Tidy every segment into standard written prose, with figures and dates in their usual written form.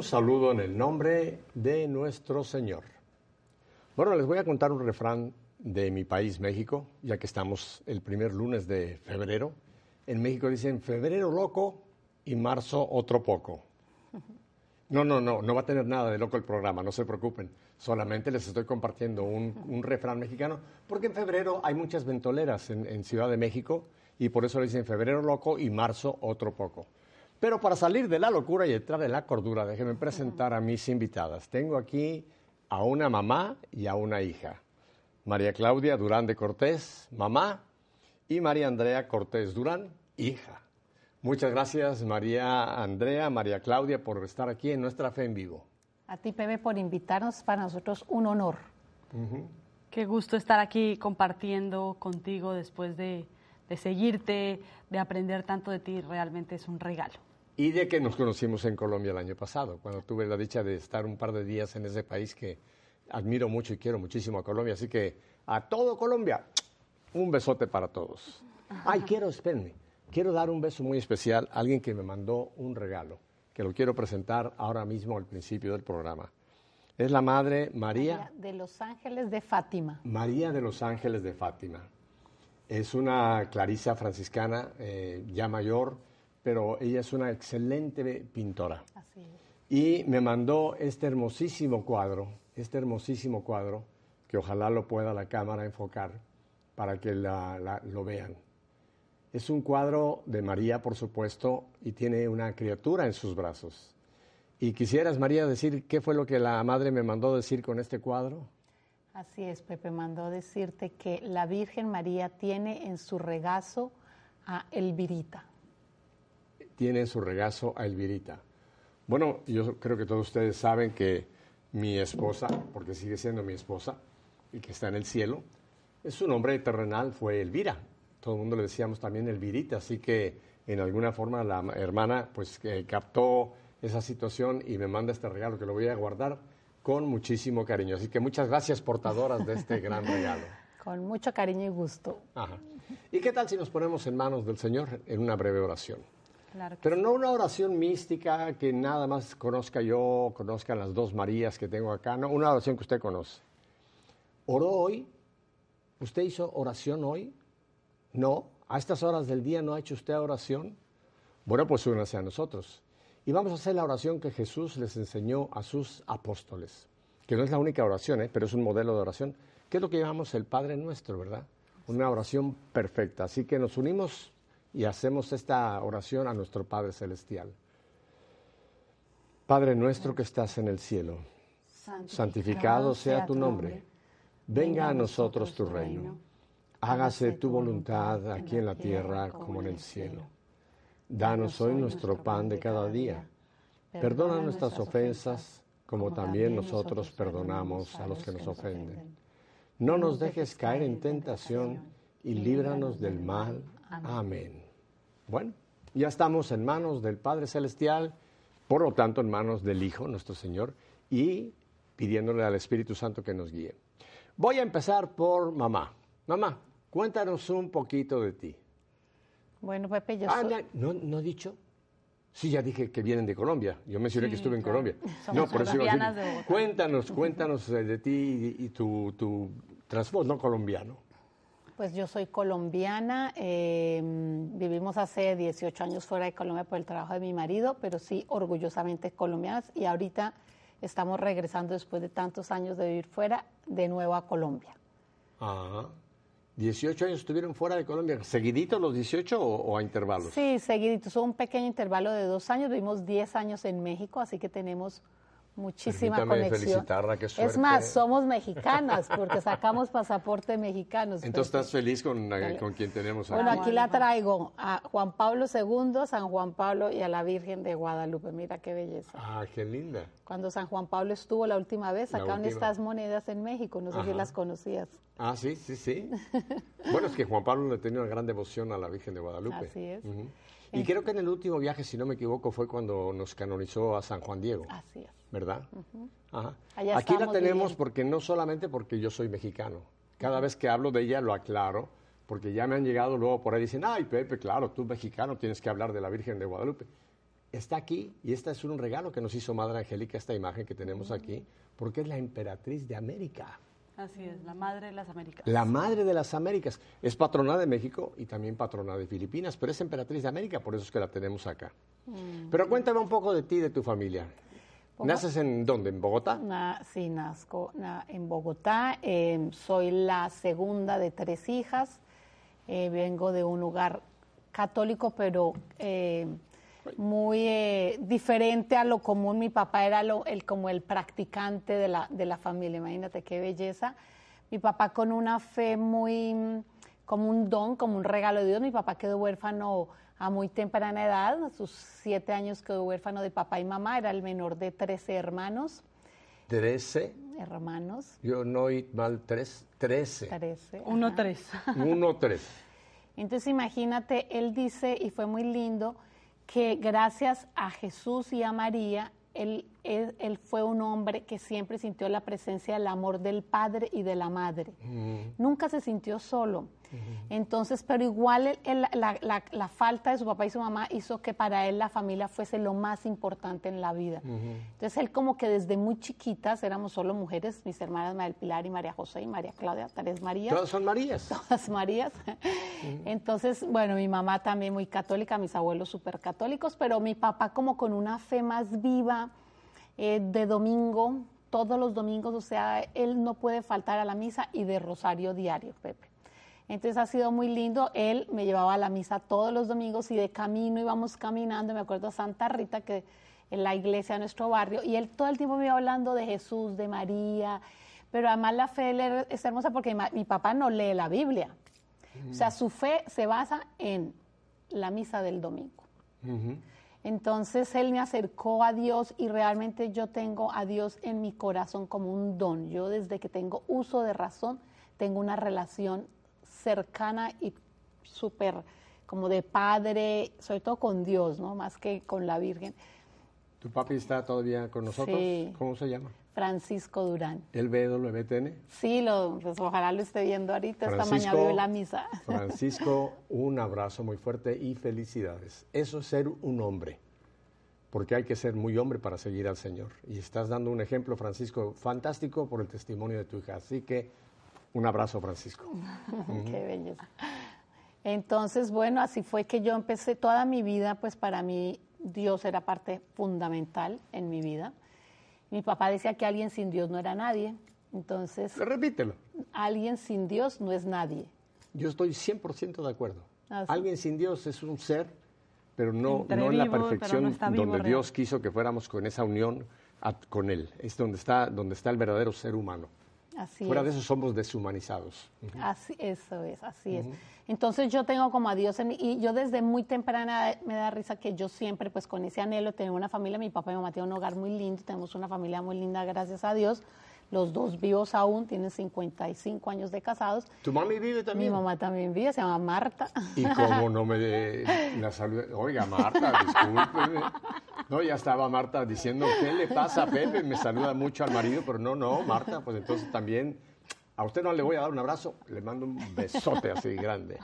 saludo en el nombre de nuestro Señor. Bueno, les voy a contar un refrán de mi país, México, ya que estamos el primer lunes de febrero. En México dicen febrero loco y marzo otro poco. No va a tener nada de loco el programa, no se preocupen. Solamente les estoy compartiendo un refrán mexicano, porque en febrero hay muchas ventoleras en Ciudad de México y por eso le dicen febrero loco y marzo otro poco. Pero para salir de la locura y entrar en la cordura, déjenme presentar a mis invitadas. Tengo aquí a una mamá y a una hija. María Claudia Durán de Cortés, mamá, y María Andrea Cortés Durán, hija. Muchas gracias, María Andrea, María Claudia, por estar aquí en Nuestra Fe en Vivo. A ti, Pepe, por invitarnos, para nosotros un honor. Qué gusto estar aquí compartiendo contigo después de seguirte, de aprender tanto de ti, realmente es un regalo. Y de que nos conocimos en Colombia el año pasado, cuando tuve la dicha de estar un par de días en ese país que admiro mucho y quiero muchísimo a Colombia. Así que a todo Colombia, un besote para todos. Ay, quiero dar un beso muy especial a alguien que me mandó un regalo, que lo quiero presentar ahora mismo al principio del programa. Es la madre María de los Ángeles de Fátima. María de los Ángeles de Fátima. Es una clarisa franciscana, ya mayor, pero ella es una excelente pintora. Así es. Y me mandó este hermosísimo cuadro, que ojalá lo pueda la cámara enfocar para que lo vean. Es un cuadro de María, por supuesto, y tiene una criatura en sus brazos. ¿Y quisieras, María, decir qué fue lo que la madre me mandó decir con este cuadro? Así es, Pepe, mandó decirte que la Virgen María tiene en su regazo a Elvirita. Tiene en su regazo a Elvirita. Bueno, yo creo que todos ustedes saben que mi esposa, porque sigue siendo mi esposa, y que está en el cielo, su nombre terrenal fue Elvira. Todo el mundo le decíamos también Elvirita, así que en alguna forma la hermana pues captó esa situación y me manda este regalo que lo voy a guardar con muchísimo cariño. Así que muchas gracias, portadoras de este gran regalo. Con mucho cariño y gusto. Ajá. ¿Y qué tal si nos ponemos en manos del Señor en una breve oración? Claro que Pero sí. no una oración mística que nada más conozcan las dos Marías que tengo acá, no, una oración que usted conoce. ¿Oró hoy? ¿Usted hizo oración hoy? No, a estas horas del día no ha hecho usted oración. Bueno, pues únase a nosotros. Y vamos a hacer la oración que Jesús les enseñó a sus apóstoles, que no es la única oración, pero es un modelo de oración, que es lo que llamamos el Padre Nuestro, ¿verdad? Una oración perfecta. Así que nos unimos y hacemos esta oración a nuestro Padre Celestial. Padre nuestro que estás en el cielo, santificado sea tu nombre. Venga a nosotros tu reino. Hágase tu voluntad aquí en la tierra como en el cielo. Danos hoy nuestro pan de cada día. Perdona nuestras ofensas como también nosotros perdonamos a los que nos ofenden. No nos dejes caer en tentación y líbranos del mal. Amén. Bueno, ya estamos en manos del Padre Celestial, por lo tanto en manos del Hijo, nuestro Señor, y pidiéndole al Espíritu Santo que nos guíe. Voy a empezar por mamá. Mamá, cuéntanos un poquito de ti. Bueno, Pepe, yo ¿No he dicho? Sí, ya dije que vienen de Colombia. Yo mencioné que estuve en Colombia. Somos por eso iba a colombianas decir, de Bogotá. cuéntanos de ti y tu trasfondo colombiano. Pues yo soy colombiana, vivimos hace 18 años fuera de Colombia por el trabajo de mi marido, pero sí orgullosamente colombianas, y ahorita estamos regresando después de tantos años de vivir fuera, de nuevo a Colombia. Ajá. 18 años estuvieron fuera de Colombia, ¿seguiditos los 18 o a intervalos? Sí, seguiditos, un pequeño intervalo de 2 años, vivimos 10 años en México, así que tenemos muchísima Permítame conexión. felicitarla, qué suerte. Es más, somos mexicanas porque sacamos pasaporte mexicanos. Entonces, ¿estás feliz con quien tenemos aquí? Bueno, aquí la traigo a Juan Pablo II, San Juan Pablo y a la Virgen de Guadalupe. Mira qué belleza. Ah, qué linda. Cuando San Juan Pablo estuvo la última vez, sacaron estas monedas en México. No sé si las conocías. Ah, sí. Bueno, es que Juan Pablo le tenía una gran devoción a la Virgen de Guadalupe. Así es. Y creo que en el último viaje, si no me equivoco, fue cuando nos canonizó a San Juan Diego. Así es. ¿Verdad? Ajá. Allá Aquí la estamos tenemos viviendo. porque no solamente porque yo soy mexicano. Cada vez que hablo de ella lo aclaro, porque ya me han llegado luego por ahí y dicen, ay, Pepe, claro, tú mexicano tienes que hablar de la Virgen de Guadalupe. está aquí y este es un regalo que nos hizo Madre Angélica, esta imagen que tenemos aquí, porque es la emperatriz de América. Así es, la madre de las Américas. La madre de las Américas. Es patrona de México y también patrona de Filipinas, pero es emperatriz de América, por eso es que la tenemos acá. Pero cuéntame un poco de ti, de tu familia. ¿Naces en dónde? ¿En Bogotá? Sí, nazco en Bogotá. Soy la segunda de 3 hijas. Vengo de un lugar católico, pero muy diferente a lo común. Mi papá era como el practicante de la familia. Imagínate qué belleza. Mi papá con una fe muy, como un don, como un regalo de Dios. Mi papá quedó huérfano a muy temprana edad. A sus 7 años quedó huérfano de papá y mamá. Era el menor de 13 hermanos. 13 hermanos. Yo no oí mal, 13. 1-3. 1-3. Entonces imagínate, él dice, y fue muy lindo, que gracias a Jesús y a María, él fue un hombre que siempre sintió la presencia del amor del padre y de la madre. Nunca se sintió solo. Entonces, pero igual la falta de su papá y su mamá hizo que para él la familia fuese lo más importante en la vida. Entonces, él como que desde muy chiquitas, éramos solo mujeres, mis hermanas María del Pilar y María José y María Claudia, 3 Marías. Todas son Marías. Todas Marías. Entonces, bueno, mi mamá también muy católica, mis abuelos súper católicos, pero mi papá como con una fe más viva, de domingo, todos los domingos, o sea, él no puede faltar a la misa y de rosario diario, Pepe. Entonces ha sido muy lindo, él me llevaba a la misa todos los domingos y de camino íbamos caminando, me acuerdo a Santa Rita, que en la iglesia de nuestro barrio, y él todo el tiempo me iba hablando de Jesús, de María, pero además la fe de él es hermosa porque mi papá no lee la Biblia, o sea, su fe se basa en la misa del domingo. Entonces él me acercó a Dios y realmente yo tengo a Dios en mi corazón como un don. Yo desde que tengo uso de razón tengo una relación cercana y súper como de padre, sobre todo con Dios, ¿no? Más que con la Virgen. ¿Tu papi está todavía con nosotros? Sí. ¿Cómo se llama? Francisco Durán. ¿Él ve WTN? Sí, pues ojalá lo esté viendo ahorita. Esta mañana vio la misa. Francisco, un abrazo muy fuerte y felicidades. Eso es ser un hombre, porque hay que ser muy hombre para seguir al Señor. Y estás dando un ejemplo, Francisco, fantástico por el testimonio de tu hija. Así que un abrazo, Francisco. Qué belleza. Entonces, bueno, así fue que yo empecé toda mi vida, pues para mí Dios era parte fundamental en mi vida. Mi papá decía que alguien sin Dios no era nadie. Entonces, repítelo. Alguien sin Dios no es nadie. Yo estoy 100% de acuerdo. Así. Alguien sin Dios es un ser, pero no en la vivo, perfección no está vivo, donde real. Dios quiso que fuéramos con esa unión con Él. Es donde está el verdadero ser humano. Así Fuera es. de eso somos deshumanizados. Así, eso es, así es. Entonces yo tengo como a Dios en mí, y yo desde muy temprana edad me da risa que yo siempre, pues con ese anhelo de tener una familia, mi papá y mi mamá tienen un hogar muy lindo, tenemos una familia muy linda, gracias a Dios. Los dos vivos aún, tienen 55 años de casados. ¿Tu mami vive también? Mi mamá también vive, se llama Marta. Y como no me la salud. Oiga, Marta, discúlpeme. No, ya estaba Marta diciendo, ¿qué le pasa a Pepe? Me saluda mucho al marido, pero no, Marta, pues entonces también, a usted no le voy a dar un abrazo, le mando un besote así grande.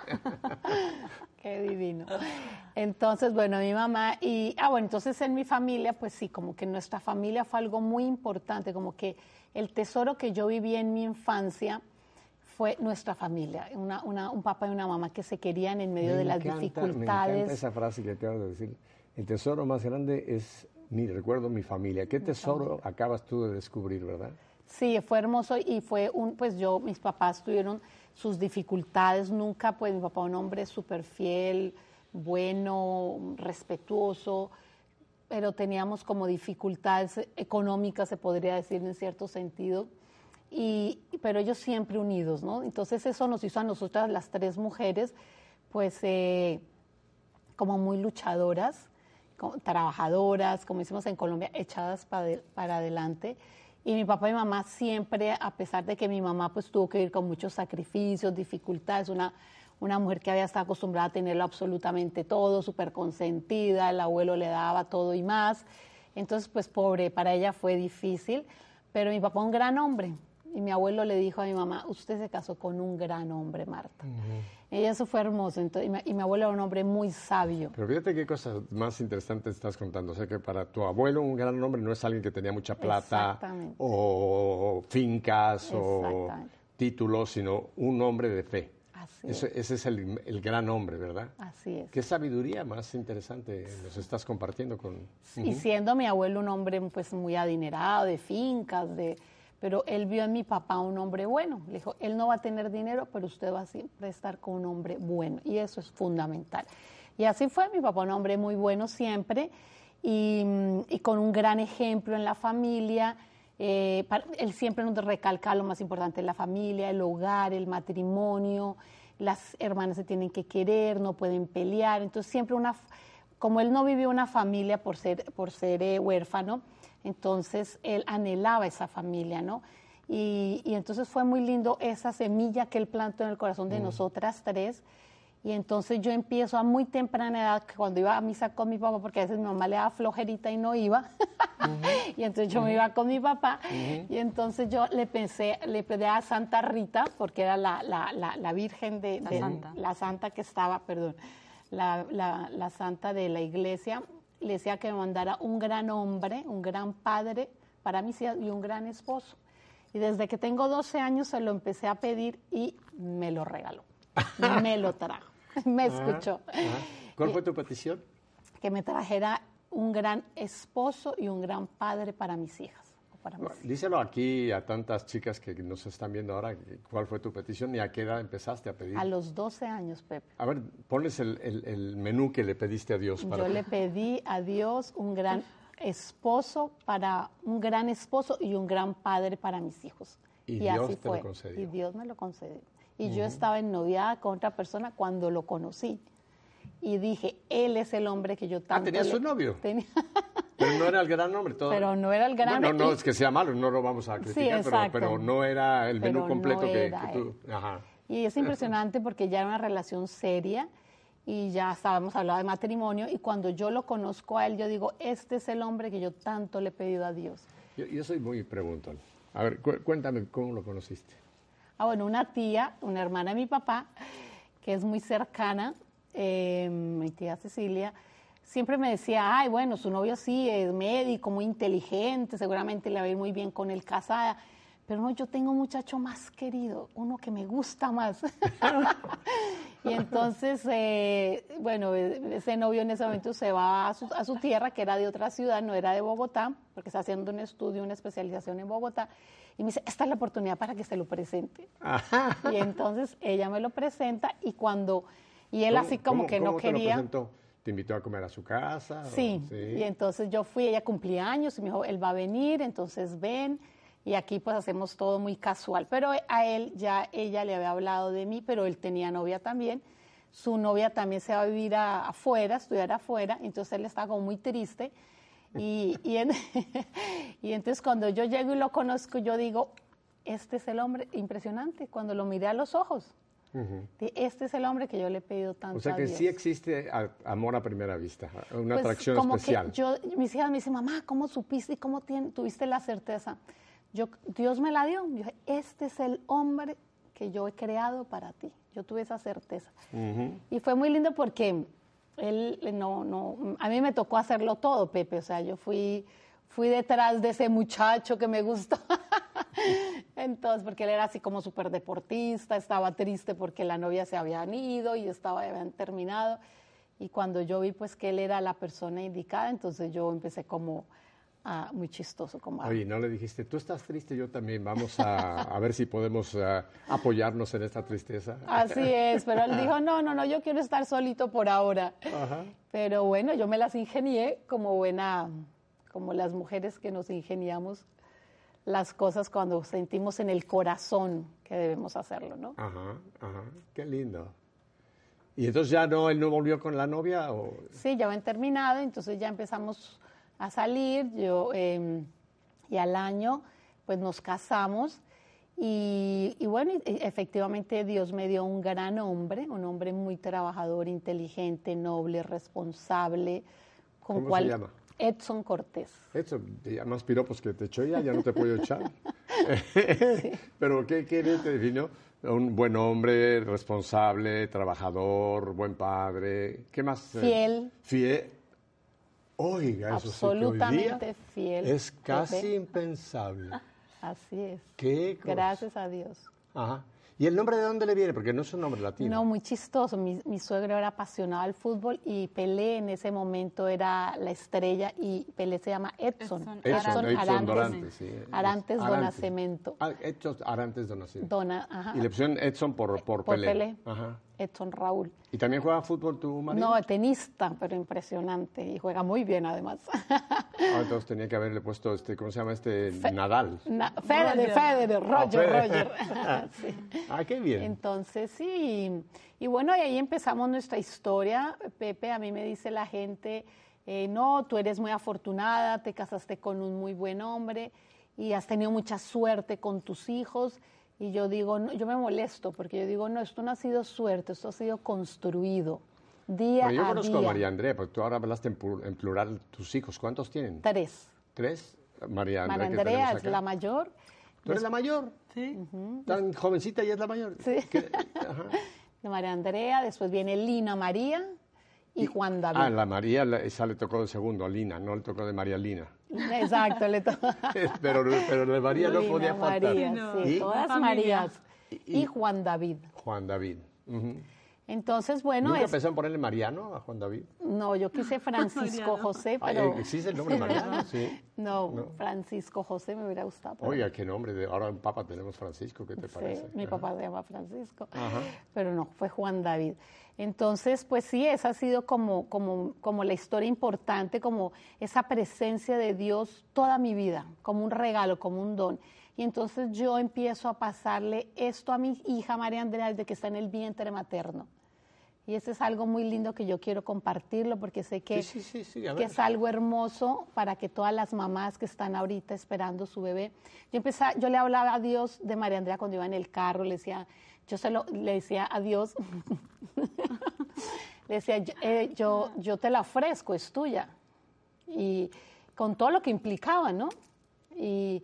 Qué divino. Entonces, bueno, mi mamá bueno, entonces en mi familia, pues sí, como que nuestra familia fue algo muy importante, como que el tesoro que yo viví en mi infancia fue nuestra familia, un papá y una mamá que se querían en medio de las dificultades. Me encanta esa frase que te acabo de decir. El tesoro más grande es mi familia. ¿Qué tesoro acabas tú de descubrir, verdad? Sí, fue hermoso y fue mis papás tuvieron sus dificultades, nunca, pues mi papá un hombre súper fiel, bueno, respetuoso, pero teníamos como dificultades económicas, se podría decir en cierto sentido, pero ellos siempre unidos, ¿no? Entonces eso nos hizo a nosotras las 3 mujeres, pues como muy luchadoras, trabajadoras, como decimos en Colombia, echadas para adelante. Y mi papá y mamá siempre, a pesar de que mi mamá pues tuvo que vivir con muchos sacrificios, dificultades, una mujer que había estado acostumbrada a tenerlo absolutamente todo, súper consentida, el abuelo le daba todo y más. Entonces, pues pobre, para ella fue difícil, pero mi papá un gran hombre, Y mi abuelo le dijo a mi mamá, usted se casó con un gran hombre, Marta. Y eso fue hermoso. Entonces, y mi abuelo era un hombre muy sabio. Pero fíjate qué cosas más interesantes estás contando. O sea, que para tu abuelo un gran hombre no es alguien que tenía mucha plata o fincas o títulos, sino un hombre de fe. Ese es el gran hombre, ¿verdad? Así es. Qué sabiduría más interesante nos estás compartiendo con... Y siendo mi abuelo un hombre pues muy adinerado, de fincas, pero él vio en mi papá un hombre bueno. Le dijo, él no va a tener dinero, pero usted va a siempre estar con un hombre bueno. Y eso es fundamental. Y así fue, mi papá un hombre muy bueno siempre y con un gran ejemplo en la familia. Él siempre nos recalca lo más importante, la familia, el hogar, el matrimonio. Las hermanas se tienen que querer, no pueden pelear. Entonces siempre como él no vivió una familia por ser huérfano, entonces él anhelaba esa familia, ¿no? Y entonces fue muy lindo esa semilla que él plantó en el corazón de nosotras tres. Y entonces yo empiezo a muy temprana edad, que cuando iba a misa con mi papá, porque a veces mi mamá le daba flojerita y no iba, y entonces yo me iba con mi papá, y entonces yo le pedí a Santa Rita, porque era la Virgen la Santa que estaba, perdón, la Santa de la iglesia, le decía que me mandara un gran hombre, un gran padre para mis hijas y un gran esposo. Y desde que tengo 12 años se lo empecé a pedir y me lo regaló, me lo trajo. Me escuchó. ¿Cuál fue tu petición? Que me trajera un gran esposo y un gran padre para mis hijas. Díselo aquí a tantas chicas que nos están viendo ahora, ¿cuál fue tu petición y a qué edad empezaste a pedir? A los 12 años, Pepe. A ver, ponles el menú que le pediste a Dios. Yo le pedí a Dios un gran esposo y un gran padre para mis hijos. Y Dios así te lo concedió. Y Dios me lo concedió. Y yo estaba ennoviada con otra persona cuando lo conocí. Y dije, él es el hombre que yo tanto... ¿tenías un novio? Tenía. Pero no era el gran hombre. Pero no era el gran hombre. No es que sea malo, no lo vamos a criticar, sí, pero no era el menú completo que tú... Ajá. Y es impresionante porque ya era una relación seria y ya estábamos hablando de matrimonio. Y cuando yo lo conozco a él, yo digo, este es el hombre que yo tanto le he pedido a Dios. Yo soy muy preguntón. A ver, cuéntame cómo lo conociste. Bueno, una tía, una hermana de mi papá, que es muy cercana, mi tía Cecilia, siempre me decía, ay, bueno, su novio sí es médico, muy inteligente, seguramente le va a ir muy bien con él casada, pero no, yo tengo un muchacho más querido, uno que me gusta más. Y entonces, bueno, ese novio en ese momento se va a su tierra, que era de otra ciudad, no era de Bogotá, porque está haciendo un estudio, una especialización en Bogotá, y me dice, esta es la oportunidad para que se lo presente. Ajá. Y entonces ella me lo presenta y él así como que no quería. ¿Cómo te lo presentó? ¿Te invitó a comer a su casa? Sí, y entonces yo fui, ella cumplía años y me dijo, él va a venir, entonces ven. Y aquí pues hacemos todo muy casual. Pero a él ya ella le había hablado de mí, pero él tenía novia también. Su novia también se va a vivir afuera, estudiar afuera, entonces él estaba como muy triste. Y entonces cuando yo llego y lo conozco, yo digo, este es el hombre impresionante. Cuando lo miré a los ojos, este es el hombre que yo le he pedido tanto a Dios. O sea que sí existe amor a primera vista, una atracción como especial. Que mis hijas me dicen, mamá, ¿cómo supiste y cómo tuviste la certeza? Dios me la dio. Yo dije, este es el hombre que yo he creado para ti. Yo tuve esa certeza. Y fue muy lindo porque él a mí me tocó hacerlo todo, Pepe. O sea, yo fui detrás de ese muchacho que me gustó. Entonces, porque él era así como súper deportista, estaba triste porque la novia se habían ido y habían terminado. Y cuando yo vi pues que él era la persona indicada, entonces yo empecé como muy chistoso. Oye, ¿no le dijiste, tú estás triste, yo también, vamos a ver si podemos apoyarnos en esta tristeza? Así es, pero él dijo, no, yo quiero estar solito por ahora. Ajá. Pero bueno, yo me las ingenié como las mujeres que nos ingeniamos las cosas cuando sentimos en el corazón que debemos hacerlo, ¿no? Ajá, qué lindo. ¿Y entonces él no volvió con la novia? ¿O? Sí, ya habían terminado, entonces ya empezamos a salir, y al año pues nos casamos y bueno, efectivamente Dios me dio un gran hombre, un hombre muy trabajador, inteligente, noble, responsable. ¿Cómo se llama? Edson Cortés. Edson, te llamas piropos que te echó ya no te puedo echar. Pero ¿qué te definió? Un buen hombre, responsable, trabajador, buen padre. ¿Qué más? Fiel. Fiel. Oiga, eso sí que hoy día Absolutamente fiel. es casi Pepe. impensable. Así es. ¿Qué cosa? Gracias a Dios. Ajá. ¿Y el nombre de dónde le viene? Porque no es un nombre latino. No, muy chistoso. Mi suegro era apasionado al fútbol y Pelé en ese momento era la estrella y Pelé se llama Edson. Edson Arantes, Dorantes, sí. Arantes do Nascimento. Edson Arantes do Nascimento. Ajá. Y le pusieron Edson por Pelé. Ajá. Edson Raúl. ¿Y también juega fútbol tu marido? No, tenista, pero impresionante y juega muy bien además. Entonces tenía que haberle puesto, ¿cómo se llama Nadal. Federer, Roger. Sí. Ah, qué bien. Entonces, sí, y bueno, y ahí empezamos nuestra historia. Pepe, a mí me dice la gente, no, tú eres muy afortunada, te casaste con un muy buen hombre y has tenido mucha suerte con tus hijos. Y yo digo, no, yo me molesto porque yo digo, no, esto no ha sido suerte, esto ha sido construido día a día. Yo conozco a María Andrea, porque tú ahora hablaste en plural tus hijos. ¿Cuántos tienen? 3. ¿3? María Andrea, Andrea es la mayor. ¿Tú eres la mayor? Sí. Tan jovencita y es la mayor. Sí. Ajá. De María Andrea, después viene Lina María y Juan David. La María, esa le tocó de segundo, a Lina, no le tocó de María Lina. Exacto, le toca. pero de María no Lina podía faltar. María, sí, todas Marías. Y Juan David. Juan David. Entonces, bueno. ¿Nunca pensaron ponerle Mariano a Juan David? No, yo quise Francisco José, pero. ¿Existe el nombre Mariano? Sí. No, Francisco José me hubiera gustado. Pero... Oiga, qué nombre. Ahora en Papa tenemos Francisco, ¿qué te parece? Mi papá se llama Francisco. Ajá. Pero no, fue Juan David. Entonces, pues sí, esa ha sido como la historia importante, como esa presencia de Dios toda mi vida, como un regalo, como un don. Y entonces yo empiezo a pasarle esto a mi hija María Andrea desde que está en el vientre materno. Y eso es algo muy lindo que yo quiero compartirlo porque sé que, que es algo hermoso para que todas las mamás que están ahorita esperando su bebé. Yo le hablaba a Dios de María Andrea cuando iba en el carro, le decía a Dios, le decía, yo te la ofrezco, es tuya. Y con todo lo que implicaba, ¿no? Y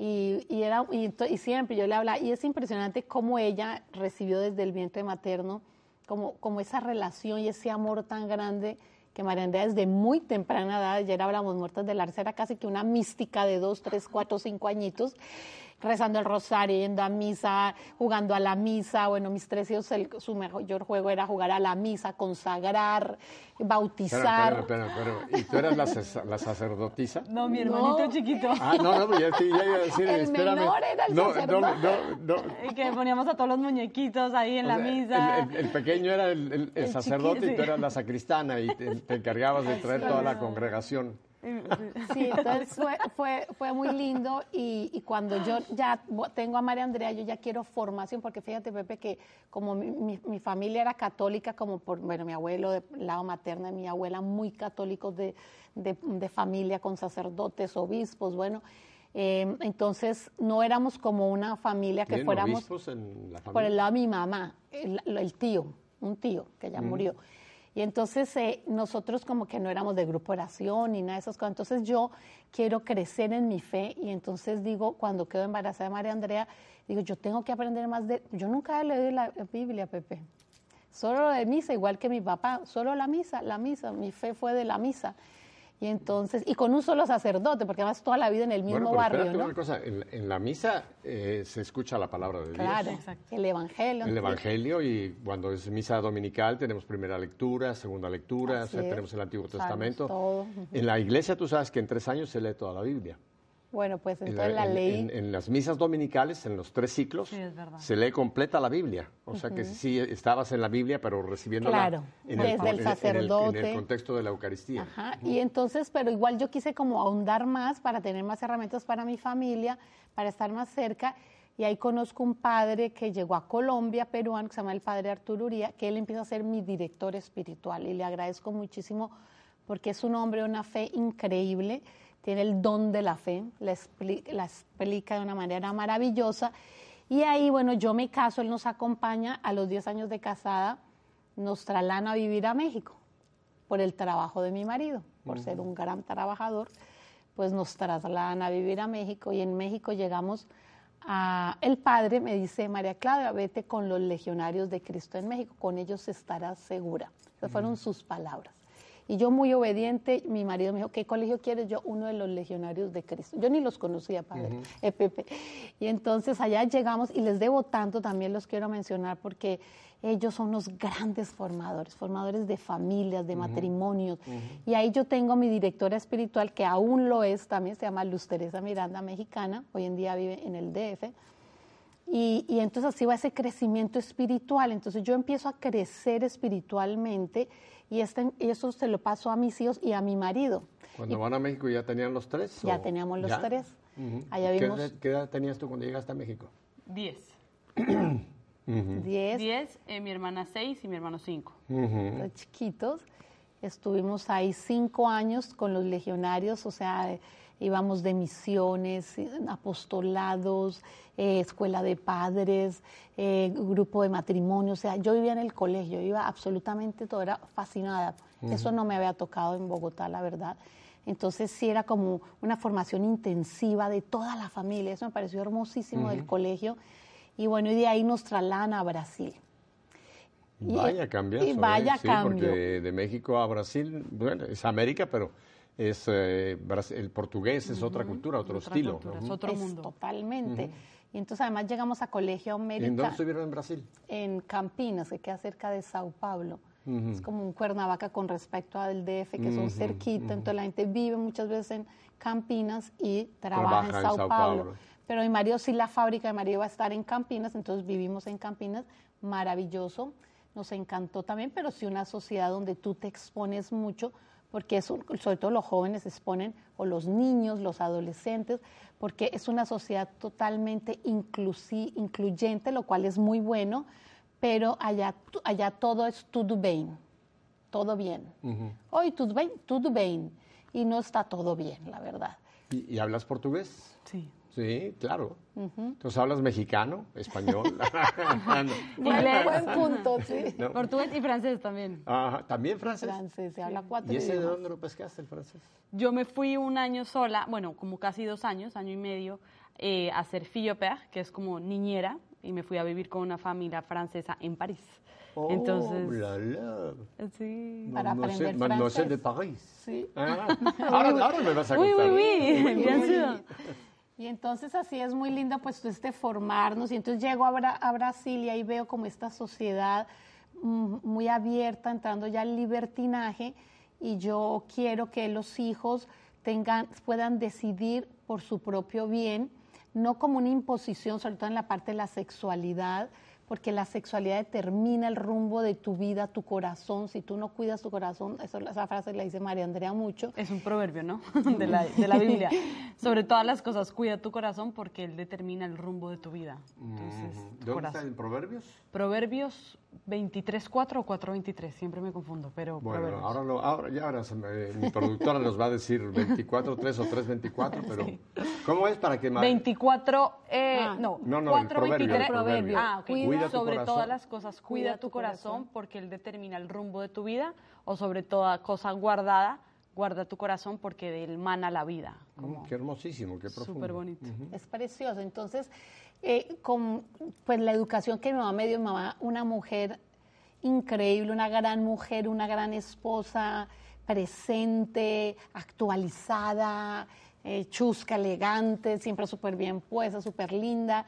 siempre yo le hablaba, y es impresionante cómo ella recibió desde el vientre materno como esa relación y ese amor tan grande que María Andrea desde muy temprana edad, ayer hablamos muertas de la era casi que una mística de 2, 3, 4, 5 añitos, rezando el rosario, yendo a misa, jugando a la misa. Bueno, mis 3 hijos, su mayor juego era jugar a la misa, consagrar, bautizar. Pero, ¿y tú eras la sacerdotisa? No, mi hermanito chiquito. No, pues ya iba a decir, el espérame. menor era el sacerdote. No. Y que poníamos a todos los muñequitos ahí en la misa. El pequeño era el sacerdote y tú eras la sacristana y te encargabas de traer toda la congregación. Sí, entonces fue muy lindo y cuando yo ya tengo a María Andrea, yo ya quiero formación, porque fíjate, Pepe, que como mi familia era católica, mi abuelo de lado materno y mi abuela muy católicos de familia con sacerdotes, obispos, bueno, entonces no éramos como una familia que fuéramos obispos en la familia? Por el lado de mi mamá, un tío que ya murió. Y entonces nosotros como que no éramos de grupo oración ni nada de esas cosas. Entonces yo quiero crecer en mi fe y entonces digo, cuando quedo embarazada de María Andrea, digo, yo tengo que aprender más Yo nunca he leído la Biblia, Pepe. Solo de misa, igual que mi papá, solo la misa. Mi fe fue de la misa. Y entonces, y con un solo sacerdote, porque además toda la vida en el mismo barrio, ¿no? Una cosa, en la misa se escucha la palabra de Dios. Claro, el Evangelio. El Evangelio, y cuando es misa dominical tenemos primera lectura, segunda lectura, tenemos el Antiguo Testamento. Todo. En la iglesia tú sabes que en 3 años se lee toda la Biblia. Bueno, pues entonces la ley... En las misas dominicales, en los 3 ciclos, sí, es verdad, se lee completa la Biblia. O sea que sí estabas en la Biblia, pero recibiéndola desde el sacerdote. En el contexto de la Eucaristía. Ajá. Y entonces, pero igual yo quise como ahondar más para tener más herramientas para mi familia, para estar más cerca. Y ahí conozco un padre que llegó a Colombia, peruano, que se llama el padre Arturo Uría, que él empieza a ser mi director espiritual. Y le agradezco muchísimo porque es un hombre de una fe increíble. Tiene el don de la fe, la explica de una manera maravillosa. Y ahí, bueno, yo me caso, él nos acompaña, a los 10 años de casada, nos trasladan a vivir a México por el trabajo de mi marido, por ser un gran trabajador, pues nos trasladan a vivir a México y en México llegamos el padre me dice, María Claudia, vete con los legionarios de Cristo en México, con ellos estarás segura. Esas fueron sus palabras. Y yo muy obediente, mi marido me dijo, ¿qué colegio quieres? Yo, uno de los legionarios de Cristo. Yo ni los conocía, padre, Pepe. Y entonces allá llegamos, y les debo tanto, también los quiero mencionar, porque ellos son unos grandes formadores de familias, de matrimonios. Y ahí yo tengo mi directora espiritual, que aún lo es también, se llama Luz Teresa Miranda, mexicana, hoy en día vive en el DF. Y entonces así va ese crecimiento espiritual. Entonces yo empiezo a crecer espiritualmente, y eso se lo paso a mis hijos y a mi marido. Cuando van a México, ¿ya tenían los tres? Ya teníamos los tres. Allá vimos. ¿Qué edad tenías tú cuando llegaste a México? 10. 10. Mi hermana 6 y mi hermano 5. Los chiquitos. Estuvimos ahí 5 años con los legionarios, o sea, íbamos de misiones, apostolados, escuela de padres, grupo de matrimonio, o sea, yo vivía en el colegio, iba absolutamente todo, era fascinada. Eso no me había tocado en Bogotá, la verdad. Entonces sí era como una formación intensiva de toda la familia, eso me pareció hermosísimo del colegio. Y bueno, y de ahí nos trasladan a Brasil. Vaya cambiazo. Y vaya cambio. Porque de México a Brasil, bueno, es América, pero es el portugués es otra cultura, otro estilo. Cultura, es otro mundo. Totalmente. Y entonces además llegamos a Colegio América. ¿En dónde estuvieron en Brasil? En Campinas, que queda cerca de Sao Paulo. Es como un Cuernavaca con respecto al DF, que son cerquita. Entonces la gente vive muchas veces en Campinas y trabaja en Sao Paulo. Pero mi marido sí, la fábrica de marido va a estar en Campinas, entonces vivimos en Campinas, maravilloso, nos encantó también, pero sí una sociedad donde tú te expones mucho, porque eso, sobre todo los jóvenes se exponen, o los niños, los adolescentes, porque es una sociedad totalmente incluyente, lo cual es muy bueno, pero allá todo es tudo bem, todo bien. Hoy tudo bem, y no está todo bien, la verdad. ¿Y hablas portugués? Sí. Sí, claro. Entonces, ¿hablas mexicano, español? Inglés. Buen punto, sí. ¿No? Portugués y francés también. Ajá, ¿también francés? Francés, se habla 4 ¿Y ese de idiomas. dónde lo pescaste, el francés? Yo me fui un año sola, bueno, como casi 2 años, año y medio, a hacer fille au pair, que es como niñera, y me fui a vivir con una familia francesa en París. Oh, entonces, la, la. Sí. Para aprender Mademoiselle francés. de París. Sí. Ah, ahora me vas a Uy, contar. bien sûr. Y entonces así es muy lindo pues formarnos, y entonces llego a Brasil y ahí veo como esta sociedad muy abierta, entrando ya al libertinaje, y yo quiero que los hijos puedan decidir por su propio bien, no como una imposición, sobre todo en la parte de la sexualidad, porque la sexualidad determina el rumbo de tu vida, tu corazón. Si tú no cuidas tu corazón, esa frase la dice María Andrea mucho. Es un proverbio, ¿no? De la Biblia. Sobre todas las cosas, cuida tu corazón porque él determina el rumbo de tu vida. Entonces, ¿Dónde está en Proverbios? Proverbios 23:4 o 4:23, siempre me confundo, pero Bueno, Proverbios. ahora mi productora nos va a decir 24:3 o 3:24, pero Sí. ¿cómo es para que... 24, No, el 4:23. proverbio. Ah, ok. Cuida tu sobre corazón. todas las cosas, cuida tu corazón porque él determina el rumbo de tu vida, o sobre toda cosa guarda tu corazón porque de él mana la vida. Qué hermosísimo, qué profundo. Súper bonito. Es precioso. Entonces, pues la educación que mi mamá me dio, mi mamá, una mujer increíble, una gran mujer, una gran esposa, presente, actualizada, chusca, elegante, siempre súper bien puesta, súper linda.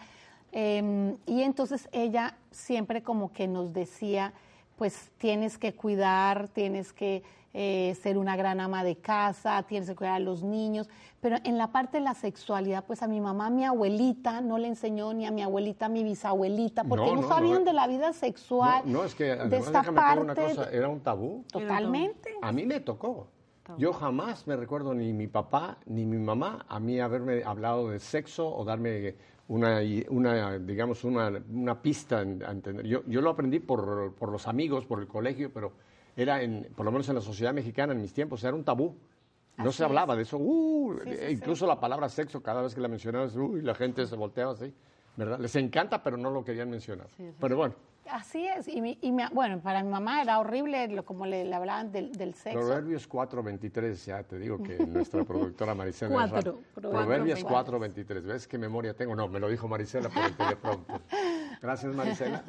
Y entonces ella siempre como que nos decía, pues tienes que cuidar, tienes que ser una gran ama de casa, tienes que cuidar a los niños, pero en la parte de la sexualidad, pues a mi mamá, mi abuelita, no le enseñó, ni a mi abuelita, a mi bisabuelita, porque no sabían de la vida sexual, No, es que de además esta déjame decir una parte. cosa, era un tabú. Totalmente. A mí me tocó. Yo jamás me recuerdo ni mi papá ni mi mamá a mí haberme hablado de sexo o darme digamos, una pista a entender. Yo lo aprendí por los amigos, por el colegio, pero era, por lo menos en la sociedad mexicana en mis tiempos, era un tabú. No se hablaba de eso. Incluso la palabra sexo, cada vez que la mencionabas, la gente se volteaba así, ¿verdad? Les encanta, pero no lo querían mencionar. Sí, pero bueno, Así es, bueno, para mi mamá era horrible como le hablaban del sexo. Proverbios 4:23, ya te digo que nuestra productora Marisela. Proverbios 4:23, ¿ves qué memoria tengo? No, me lo dijo Marisela por el teleprompter. Gracias, Marisela.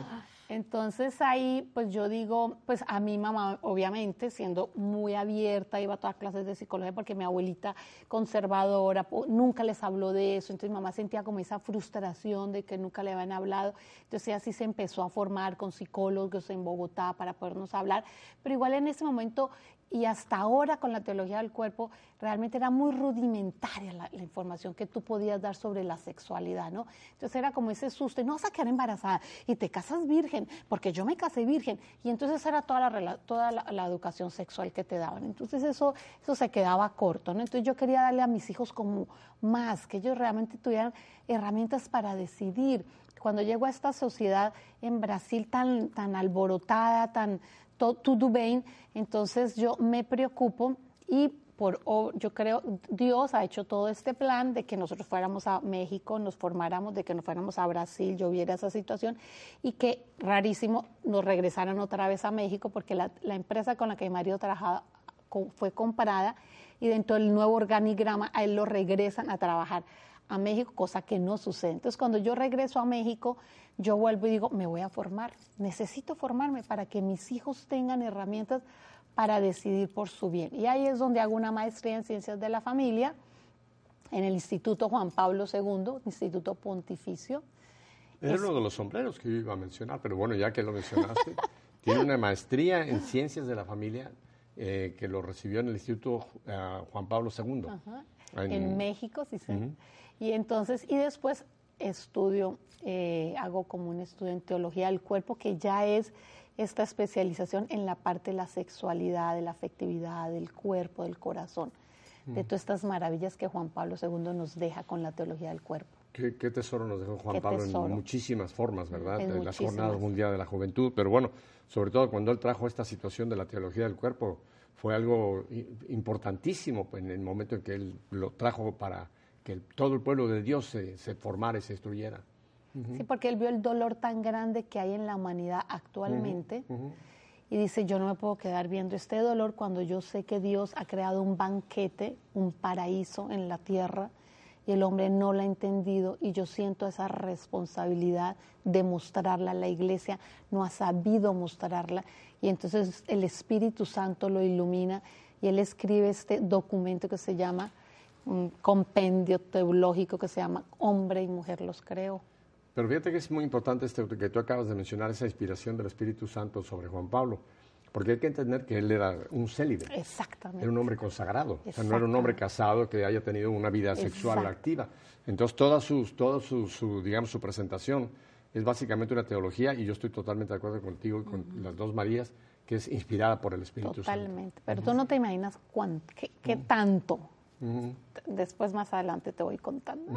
Entonces ahí, pues yo digo, pues a mi mamá, obviamente, siendo muy abierta, iba a todas clases de psicología porque mi abuelita conservadora nunca les habló de eso, entonces mi mamá sentía como esa frustración de que nunca le habían hablado, entonces así se empezó a formar con psicólogos en Bogotá para podernos hablar, pero igual en ese momento y hasta ahora con la teología del cuerpo realmente era muy rudimentaria la información que tú podías dar sobre la sexualidad, ¿no? Entonces era como ese susto, no vas a quedar embarazada y te casas virgen, porque yo me casé virgen, y entonces era toda la educación sexual que te daban, entonces eso se quedaba corto, ¿no? Entonces yo quería darle a mis hijos como más, que ellos realmente tuvieran herramientas para decidir. Cuando llego a esta sociedad en Brasil tan alborotada, tudo bem, entonces yo me preocupo y yo creo Dios ha hecho todo este plan de que nosotros fuéramos a México, nos formáramos, de que nos fuéramos a Brasil, yo viera esa situación y que rarísimo nos regresaran otra vez a México porque la empresa con la que mi marido trabajaba fue comprada y dentro del nuevo organigrama a él lo regresan a trabajar a México, cosa que no sucede. Entonces, cuando yo regreso a México, yo vuelvo y digo, me voy a formar, necesito formarme para que mis hijos tengan herramientas para decidir por su bien. Y ahí es donde hago una maestría en Ciencias de la Familia, en el Instituto Juan Pablo II, Instituto Pontificio. Era uno de los sombreros que yo iba a mencionar, pero bueno, ya que lo mencionaste, tiene una maestría en Ciencias de la Familia que lo recibió en el Instituto Juan Pablo II. Ajá. En México, sí sé. Y entonces, y después estudio, hago como un estudio en teología del cuerpo, que ya es esta especialización en la parte de la sexualidad, de la afectividad, del cuerpo, del corazón, de todas estas maravillas que Juan Pablo II nos deja con la teología del cuerpo. Qué tesoro nos dejó Juan Pablo en muchísimas formas, ¿verdad? En las Jornadas Mundiales de la Juventud, pero bueno, sobre todo cuando él trajo esta situación de la teología del cuerpo, fue algo importantísimo en el momento en que él lo trajo para que todo el pueblo de Dios se formara y se instruyera. Sí, porque él vio el dolor tan grande que hay en la humanidad actualmente y dice, yo no me puedo quedar viendo este dolor cuando yo sé que Dios ha creado un banquete, un paraíso en la tierra y el hombre no lo ha entendido y yo siento esa responsabilidad de mostrarla. La iglesia no ha sabido mostrarla y entonces el Espíritu Santo lo ilumina y él escribe este documento que se llama un compendio teológico que se llama Hombre y Mujer los creó. Pero fíjate que es muy importante que tú acabas de mencionar, esa inspiración del Espíritu Santo sobre Juan Pablo, porque hay que entender que él era un célibe. Exactamente. Era un hombre consagrado, o sea, no era un hombre casado que haya tenido una vida sexual activa. Entonces, toda su presentación es básicamente una teología, y yo estoy totalmente de acuerdo contigo y con las dos Marías, que es inspirada por el Espíritu Santo. Totalmente, pero tú no te imaginas qué tanto. Después, más adelante, te voy contando.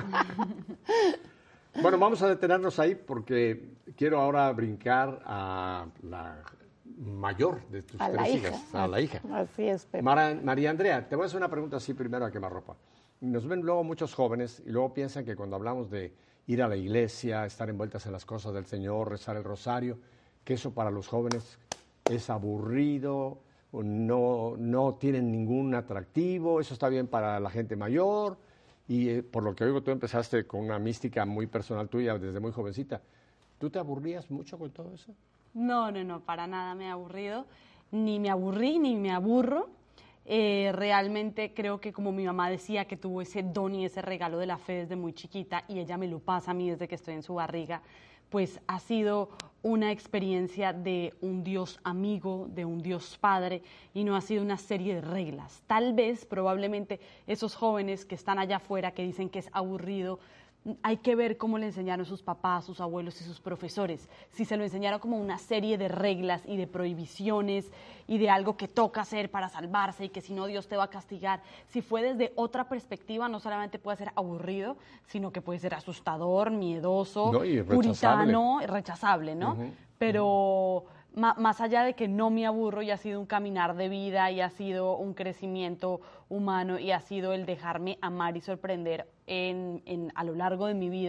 Bueno, vamos a detenernos ahí porque quiero ahora brincar a la mayor de tus tres hijas, a la hija. Así es, Pepe. María Andrea, te voy a hacer una pregunta así primero a quemarropa. Nos ven luego muchos jóvenes y luego piensan que cuando hablamos de ir a la iglesia, estar envueltas en las cosas del Señor, rezar el rosario, que eso para los jóvenes es aburrido, no tienen ningún atractivo, eso está bien para la gente mayor. Y por lo que oigo, tú empezaste con una mística muy personal tuya desde muy jovencita. ¿Tú te aburrías mucho con todo eso? No, para nada me he aburrido. Ni me aburrí, ni me aburro. Realmente creo que, como mi mamá decía, que tuvo ese don y ese regalo de la fe desde muy chiquita, y ella me lo pasa a mí desde que estoy en su barriga, pues ha sido una experiencia de un Dios amigo, de un Dios Padre, y no ha sido una serie de reglas. Tal vez, probablemente, esos jóvenes que están allá afuera, que dicen que es aburrido, hay que ver cómo le enseñaron sus papás, sus abuelos y sus profesores. Si se lo enseñaron como una serie de reglas y de prohibiciones y de algo que toca hacer para salvarse y que si no Dios te va a castigar. Si fue desde otra perspectiva, no solamente puede ser aburrido, sino que puede ser asustador, miedoso, puritano, rechazable, ¿no? Pero más allá de que no me aburro, y ha sido un caminar de vida, y ha sido un crecimiento humano, y ha sido el dejarme amar y sorprender a lo largo de mi vida,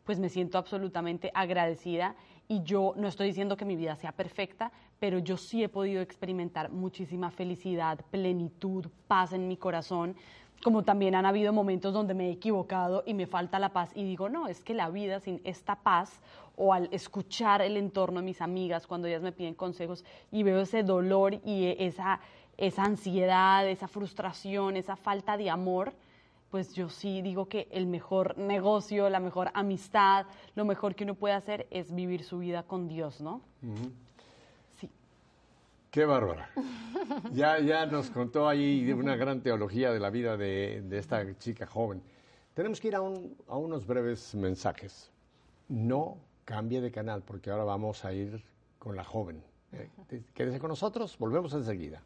pues me siento absolutamente agradecida y yo no estoy diciendo que mi vida sea perfecta, pero yo sí he podido experimentar muchísima felicidad, plenitud, paz en mi corazón, como también han habido momentos donde me he equivocado y me falta la paz y digo, no, es que la vida sin esta paz o al escuchar el entorno de mis amigas cuando ellas me piden consejos y veo ese dolor y esa ansiedad, esa frustración, esa falta de amor, pues yo sí digo que el mejor negocio, la mejor amistad, lo mejor que uno puede hacer es vivir su vida con Dios, ¿no? Sí. Qué bárbara. Ya nos contó ahí una gran teología de la vida de esta chica joven. Tenemos que ir a unos breves mensajes. No cambie de canal porque ahora vamos a ir con la joven. Quédese con nosotros, volvemos enseguida.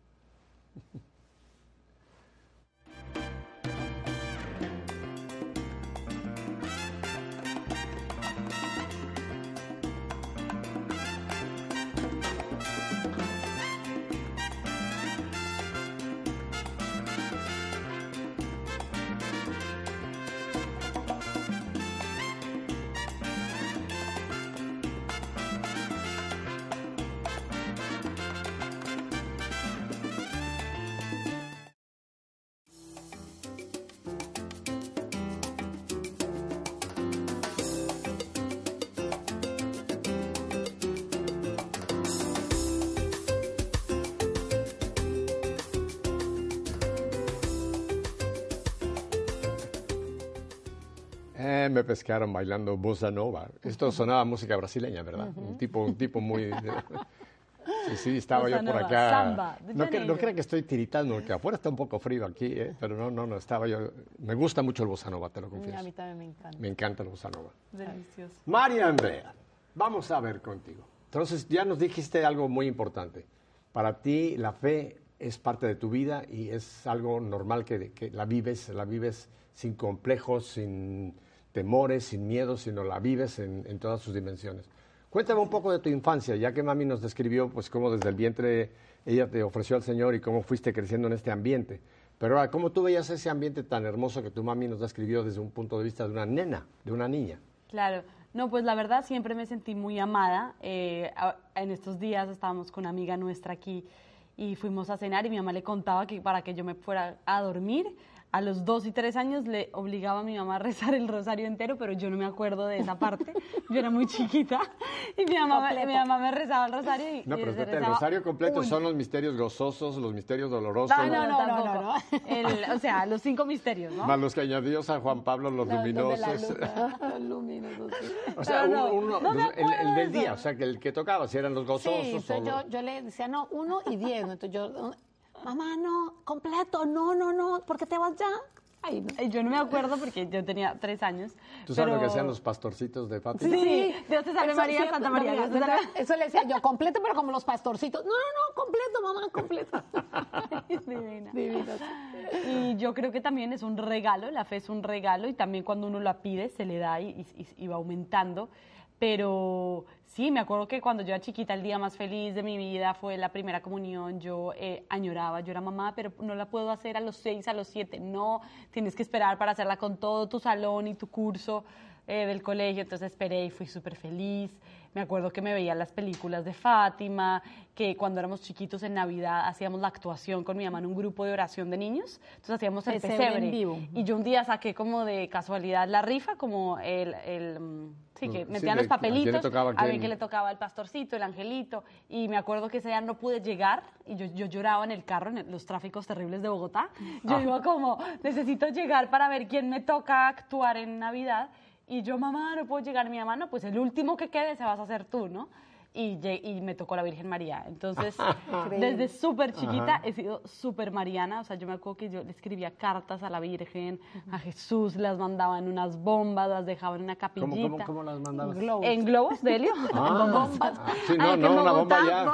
Me pescaron bailando bossa nova. Esto sonaba música brasileña, ¿verdad? Un tipo muy... Sí, estaba Bossa yo por nova, acá. samba, de No Janeiro. crean que estoy tiritando, porque afuera está un poco frío aquí, pero no, estaba yo... Me gusta mucho el bossa nova, te lo confieso. A mí también me encanta. Me encanta el bossa nova. Delicioso. María Andrea, vamos a ver contigo. Entonces, ya nos dijiste algo muy importante. Para ti, la fe es parte de tu vida y es algo normal que la vives sin complejos, sin temores, sin miedos, sino la vives en todas sus dimensiones. Cuéntame un poco de tu infancia, ya que mami nos describió pues cómo desde el vientre ella te ofreció al Señor y cómo fuiste creciendo en este ambiente. Pero ahora, ¿cómo tú veías ese ambiente tan hermoso que tu mami nos describió desde un punto de vista de una nena, de una niña? Claro, no, pues la verdad siempre me sentí muy amada. En estos días estábamos con una amiga nuestra aquí y fuimos a cenar y mi mamá le contaba que para que yo me fuera a dormir, a los 2 y 3 años le obligaba a mi mamá a rezar el rosario entero, pero yo no me acuerdo de esa parte. Yo era muy chiquita y mi mamá me rezaba el rosario y No, pero se espérate, el rezaba rosario completo un- son los misterios gozosos, los misterios dolorosos, No. O sea, los 5 misterios, ¿no? más los que añadió San Juan Pablo, los luminosos. Luminosos, sí. O sea, Pero no me el acuerdo del de día, eso. o sea, que el que tocaba, si eran los gozosos. Sí, o entonces los- yo le decía, no, 1 y 10. ¿no? Entonces yo, mamá, no, completo, no, ¿por qué te vas ya? Ay, no. Y yo no me acuerdo porque yo tenía 3 años. ¿Tú sabes lo que pero- hacían los pastorcitos de Fátima? Sí, Dios te salve Eso María, sí, Santa María. Dios te salve. Eso le decía yo, completo, pero como los pastorcitos. No, completo, mamá, completo. Divina. Divino. Y yo creo que también es un regalo, la fe es un regalo y también cuando uno la pide se le da y va aumentando. Pero sí, me acuerdo que cuando yo era chiquita el día más feliz de mi vida fue la primera comunión. Yo añoraba, yo era mamá, pero no la puedo hacer a los 6, a los 7. No, tienes que esperar para hacerla con todo tu salón y tu curso del colegio. Entonces esperé y fui súper feliz. Me acuerdo que me veía las películas de Fátima, que cuando éramos chiquitos en Navidad hacíamos la actuación con mi mamá en un grupo de oración de niños. Entonces hacíamos el Pesebre pesebre. en vivo. Y yo un día saqué como de casualidad la rifa, como sí, que Sí, metían de los papelitos, a quién le tocaba a quién. ver qué le tocaba el pastorcito, el angelito. Y me acuerdo que ese día no pude llegar y yo lloraba en el carro, los tráficos terribles de Bogotá. Yo iba como, necesito llegar para ver quién me toca actuar en Navidad. Y yo, mamá, no puedo llegar. Mi mamá, no, pues el último que quede se vas a hacer tú, ¿no? Y me tocó la Virgen María. Entonces, desde súper chiquita he sido súper mariana. O sea, yo me acuerdo que yo le escribía cartas a la Virgen, a Jesús, las mandaba en unas bombas, las dejaba en una capillita. ¿Cómo las mandabas? Globos. ¿En globos de helio? En bombas. Sí, no, Ay, que en una bomba Bogotá, ya. ¿no?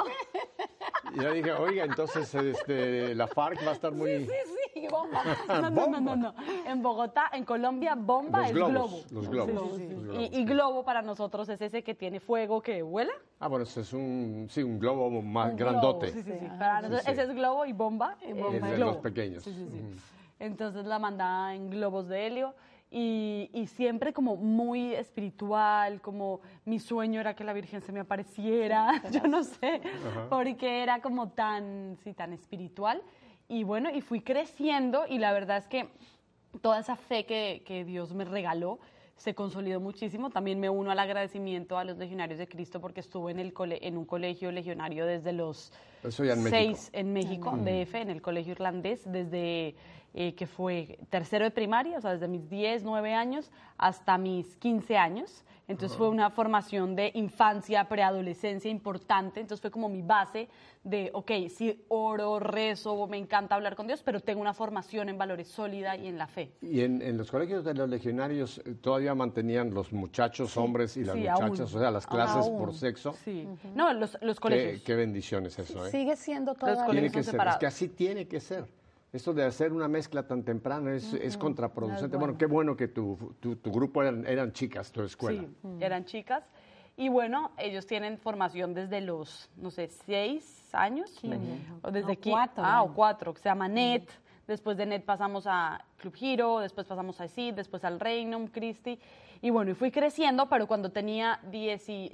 Y yo dije, oiga, entonces la FARC va a estar muy... Sí, bomba. No. En Bogotá, en Colombia, bomba Los es globos, globo. los globos. Sí. Los globos. Y globo para nosotros es ese que tiene fuego que vuela. Bueno, ese es un globo más Un grandote. globo, Sí. Ajá, Para sí, nosotros ese es globo y bomba. Es es de globo. los pequeños. Entonces la mandaba en globos de helio y siempre como muy espiritual, como mi sueño era que la Virgen se me apareciera, yo no sé, porque era como tan espiritual. Y bueno, y fui creciendo y la verdad es que toda esa fe que Dios me regaló se consolidó muchísimo. También me uno al agradecimiento a los legionarios de Cristo porque estuve en un colegio legionario desde los 6 en México, DF, en el colegio irlandés, desde que fue tercero de primaria, o sea, desde mis 10, 9 años hasta mis 15 años. Entonces fue una formación de infancia, preadolescencia importante. Entonces fue como mi base de, ok, sí oro, rezo, me encanta hablar con Dios, pero tengo una formación en valores sólida y en la fe. ¿Y en los colegios de los legionarios todavía mantenían los muchachos hombres y las muchachas, aún. o sea, las clases Aún. por sexo? Sí. No, los colegios. Qué bendiciones eso, ¿eh? Sigue siendo todo. Los Tiene colegios que son ser, es que separados. así tiene que ser. Esto de hacer una mezcla tan temprana es contraproducente. No es Bueno, qué bueno que tu grupo eran chicas, tu escuela. Sí, eran chicas. Y bueno, ellos tienen formación desde los, no sé, 6 años. O desde No, 4. o 4, que se llama NET. Después de NET pasamos a Club Hero, después pasamos a SID, después al Regnum Christi. Y bueno, y fui creciendo, pero cuando tenía 15,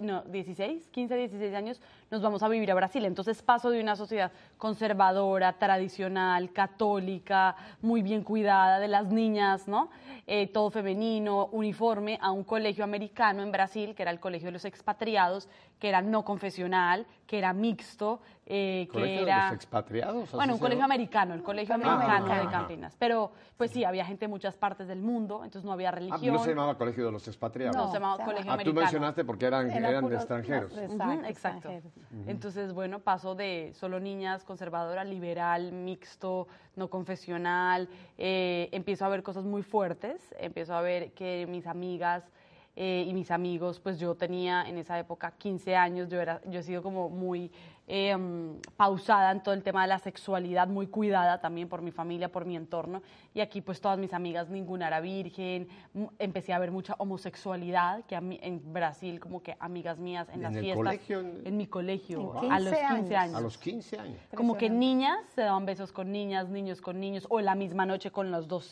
16 años, nos vamos a vivir a Brasil. Entonces paso de una sociedad conservadora, tradicional, católica, muy bien cuidada, de las niñas, ¿no? Todo femenino, uniforme, a un colegio americano en Brasil, que era el colegio de los expatriados, que era no confesional, que era mixto, que ¿Colegio era... de los expatriados? Bueno, un colegio americano, el colegio americano de americano. Campinas. Pero, pues sí, había gente de muchas partes del mundo, entonces no había religión. No se llamaba colegio de los expatriados. No, se llamaba No, colegio Tú americano. mencionaste porque eran de puros- extranjeros. Exacto. Exacto. extranjeros. Entonces, bueno, paso de solo niñas, conservadora, liberal, mixto, no confesional. Empiezo a ver cosas muy fuertes. Empiezo a ver que mis amigas y mis amigos, pues yo tenía en esa época 15 años. Yo he sido como muy pausada en todo el tema de la sexualidad, muy cuidada también por mi familia, por mi entorno. Y aquí pues todas mis amigas, ninguna era virgen. Empecé a ver mucha homosexualidad, que en Brasil como que amigas mías en las el fiestas. colegio? En mi colegio, En a los 15 15 años. A los 15 años. Como que niñas se daban besos con niñas, niños con niños, o la misma noche con los dos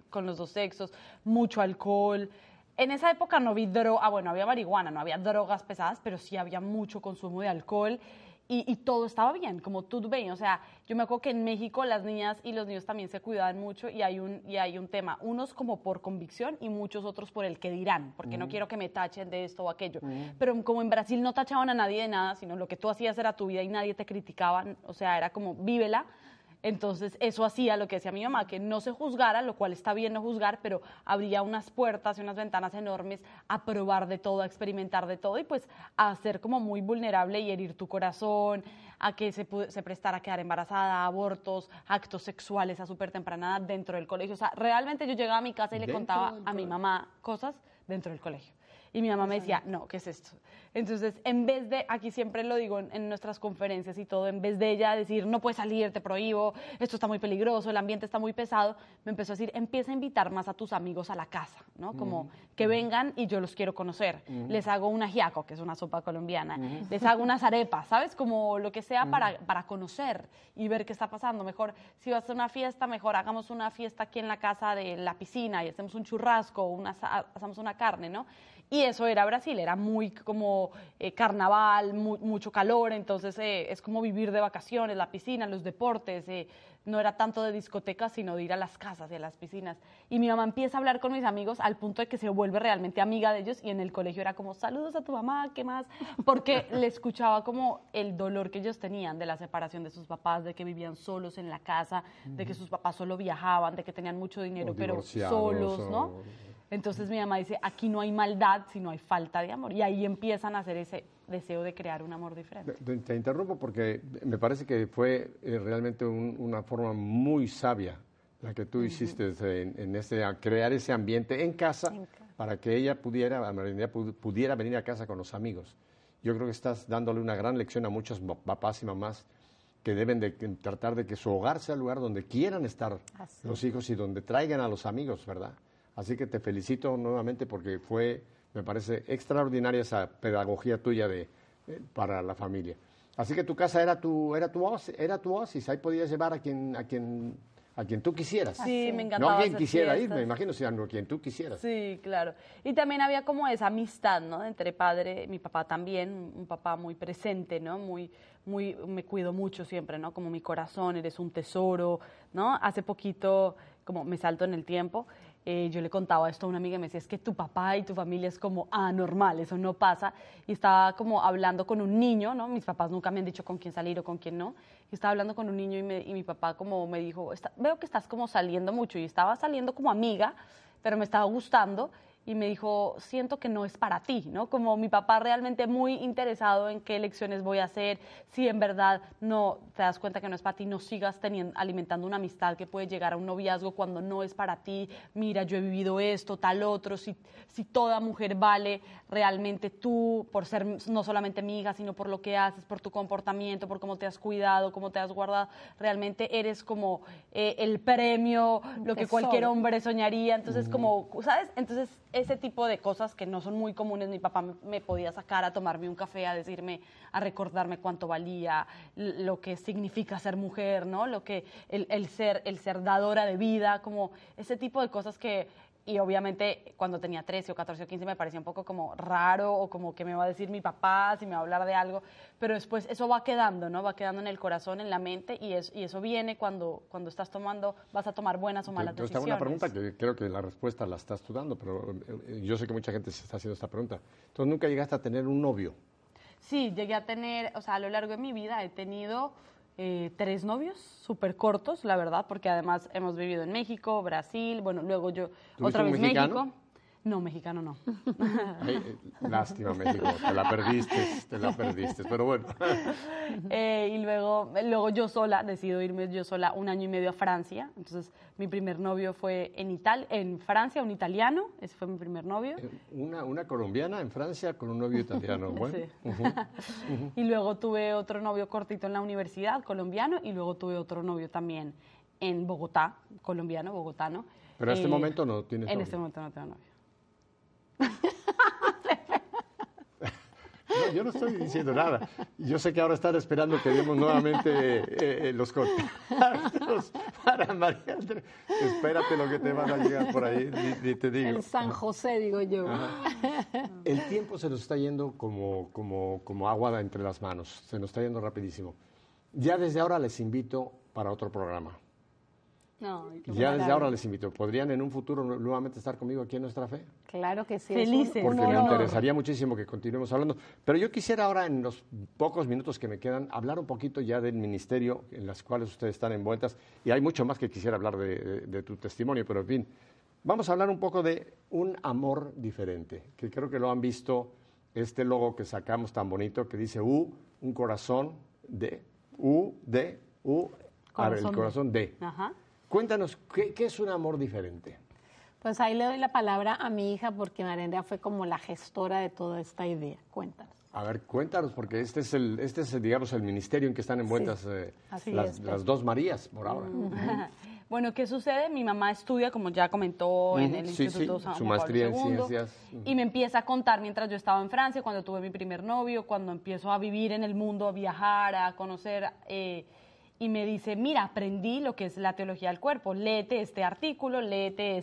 sexos, mucho alcohol. En esa época no vi droga, bueno, había marihuana, no había drogas pesadas, pero sí había mucho consumo de alcohol y todo estaba bien, como todo bien. O sea, yo me acuerdo que en México las niñas y los niños también se cuidaban mucho y hay un tema, unos como por convicción y muchos otros por el que dirán, porque no quiero que me tachen de esto o aquello. Pero como en Brasil no tachaban a nadie de nada, sino lo que tú hacías era tu vida y nadie te criticaba, o sea, era como vívela. Entonces, eso hacía lo que decía mi mamá, que no se juzgara, lo cual está bien no juzgar, pero abría unas puertas y unas ventanas enormes a probar de todo, a experimentar de todo y pues a ser como muy vulnerable y herir tu corazón, a que se prestara a quedar embarazada, a abortos, actos sexuales a súper temprana edad dentro del colegio. O sea, realmente yo llegaba a mi casa y le contaba a mi mamá cosas dentro del colegio. Y mi mamá me decía, no, ¿qué es esto? Entonces, en vez de, aquí siempre lo digo en nuestras conferencias y todo, en vez de ella decir, no puedes salir, te prohíbo, esto está muy peligroso, el ambiente está muy pesado, me empezó a decir, empieza a invitar más a tus amigos a la casa, ¿no? Como que vengan y yo los quiero conocer. Les hago un ajiaco, que es una sopa colombiana, les hago unas arepas, ¿sabes? Como lo que sea para conocer y ver qué está pasando. Mejor, si vas a una fiesta, mejor hagamos una fiesta aquí en la casa de la piscina y hacemos un churrasco, hacemos una carne, ¿no? Y eso era Brasil, era muy como carnaval, mucho calor, entonces es como vivir de vacaciones, la piscina, los deportes, no era tanto de discotecas, sino de ir a las casas y a las piscinas. Y mi mamá empieza a hablar con mis amigos al punto de que se vuelve realmente amiga de ellos y en el colegio era como, saludos a tu mamá, ¿qué más? Porque le escuchaba como el dolor que ellos tenían de la separación de sus papás, de que vivían solos en la casa, de que sus papás solo viajaban, de que tenían mucho dinero, pero solos, ¿no? Entonces mi mamá dice, aquí no hay maldad, sino hay falta de amor. Y ahí empiezan a hacer ese deseo de crear un amor diferente. Te interrumpo porque me parece que fue realmente una forma muy sabia la que tú hiciste a crear ese ambiente en casa para que ella pudiera venir a casa con los amigos. Yo creo que estás dándole una gran lección a muchos papás y mamás que deben de tratar de que su hogar sea el lugar donde quieran estar los hijos y donde traigan a los amigos, ¿verdad? Así que te felicito nuevamente porque me parece extraordinaria esa pedagogía tuya para la familia. Así que tu casa era tu oasis, ahí podías llevar a quien a quien tú quisieras. Sí, me No encantaba a quien hacer quisiera ir, fiestas. me imagino, sino a quien tú quisieras. Sí, claro. Y también había como esa amistad, ¿no? Entre padre, mi papá también, un papá muy presente, ¿no? Me cuido mucho siempre, ¿no? Como mi corazón, eres un tesoro, ¿no? Hace poquito, como me salto en el tiempo, yo le contaba esto a una amiga y me decía, es que tu papá y tu familia es como anormal, eso no pasa. Y estaba como hablando con un niño, ¿no? Mis papás nunca me han dicho con quién salir o con quién no. Y estaba hablando con un niño y mi papá como me dijo, veo que estás como saliendo mucho. Y estaba saliendo como amiga, pero me estaba gustando. Y me dijo, siento que no es para ti, ¿no? Como mi papá realmente muy interesado en qué elecciones voy a hacer, si en verdad no te das cuenta que no es para ti, no sigas alimentando una amistad que puede llegar a un noviazgo cuando no es para ti. Mira, yo he vivido esto, tal otro, si toda mujer vale realmente tú, por ser no solamente mi hija, sino por lo que haces, por tu comportamiento, por cómo te has cuidado, cómo te has guardado, realmente eres como el premio, lo que cualquier hombre soñaría. Entonces, como, ¿sabes? Entonces, ese tipo de cosas que no son muy comunes, mi papá me podía sacar a tomarme un café, a decirme, a recordarme cuánto valía, lo que significa ser mujer, ¿no? Lo que el ser dadora de vida, como ese tipo de cosas que, y obviamente cuando tenía 13 o 14 o 15 me parecía un poco como raro o como que me va a decir mi papá, si me va a hablar de algo, pero después eso va quedando, ¿no? Va quedando en el corazón, en la mente y eso viene cuando estás vas a tomar buenas o malas Entonces, decisiones. tengo una pregunta que creo que la respuesta la estás dudando, pero yo sé que mucha gente se está haciendo esta pregunta. Entonces, ¿nunca llegaste a tener un novio? Sí, llegué a tener, o sea, a lo largo de mi vida he tenido 3 novios súper cortos, la verdad, porque además hemos vivido en México, Brasil, bueno, luego yo otra vez un mexicano? México. No, mexicano no. Ay, lástima, México, te la perdiste, pero bueno. Y luego yo sola, decido irme yo sola 1 año y medio a Francia. Entonces, mi primer novio fue en Francia, un italiano, ese fue mi primer novio. Una colombiana en Francia con un novio italiano, bueno. Sí. Y luego tuve otro novio cortito en la universidad, colombiano, y luego tuve otro novio también en Bogotá, colombiano, bogotano. Pero en este momento no tienes novio. En este momento no tengo novio. No, yo no estoy diciendo nada. Yo sé que ahora están esperando que demos nuevamente los contactos para María Andrea. Espérate lo que te van a llegar por ahí, ni te digo. El San José, digo yo. Ajá. El tiempo se nos está yendo como agua entre las manos. Se nos está yendo rapidísimo. Ya desde ahora les invito para otro programa. No, Ya desde ahora les invito. ¿Podrían en un futuro nuevamente estar conmigo aquí en Nuestra Fe? Claro que sí. Felices. Porque un me honor. interesaría muchísimo que continuemos hablando. Pero yo quisiera ahora, en los pocos minutos que me quedan, hablar un poquito ya del ministerio en las cuales ustedes están envueltas. Y hay mucho más que quisiera hablar de tu testimonio, pero en fin. Vamos a hablar un poco de un amor diferente, que creo que lo han visto, este logo que sacamos tan bonito, que dice U, un corazón de, U, de, U, el corazón de. Ajá. Cuéntanos, ¿qué es un amor diferente? Pues ahí le doy la palabra a mi hija porque María Andrea fue como la gestora de toda esta idea. Cuéntanos. A ver, cuéntanos, porque este es digamos, el ministerio en que están envueltas las dos Marías, por ahora. Bueno, ¿qué sucede? Mi mamá estudia, como ya comentó, en el Sí, Instituto sí, San su Juan maestría en Pablo II, ciencias. y me empieza a contar mientras yo estaba en Francia, cuando tuve mi primer novio, cuando empiezo a vivir en el mundo, a viajar, a conocer, y me dice, mira, aprendí lo que es la teología del cuerpo, léete este artículo, léete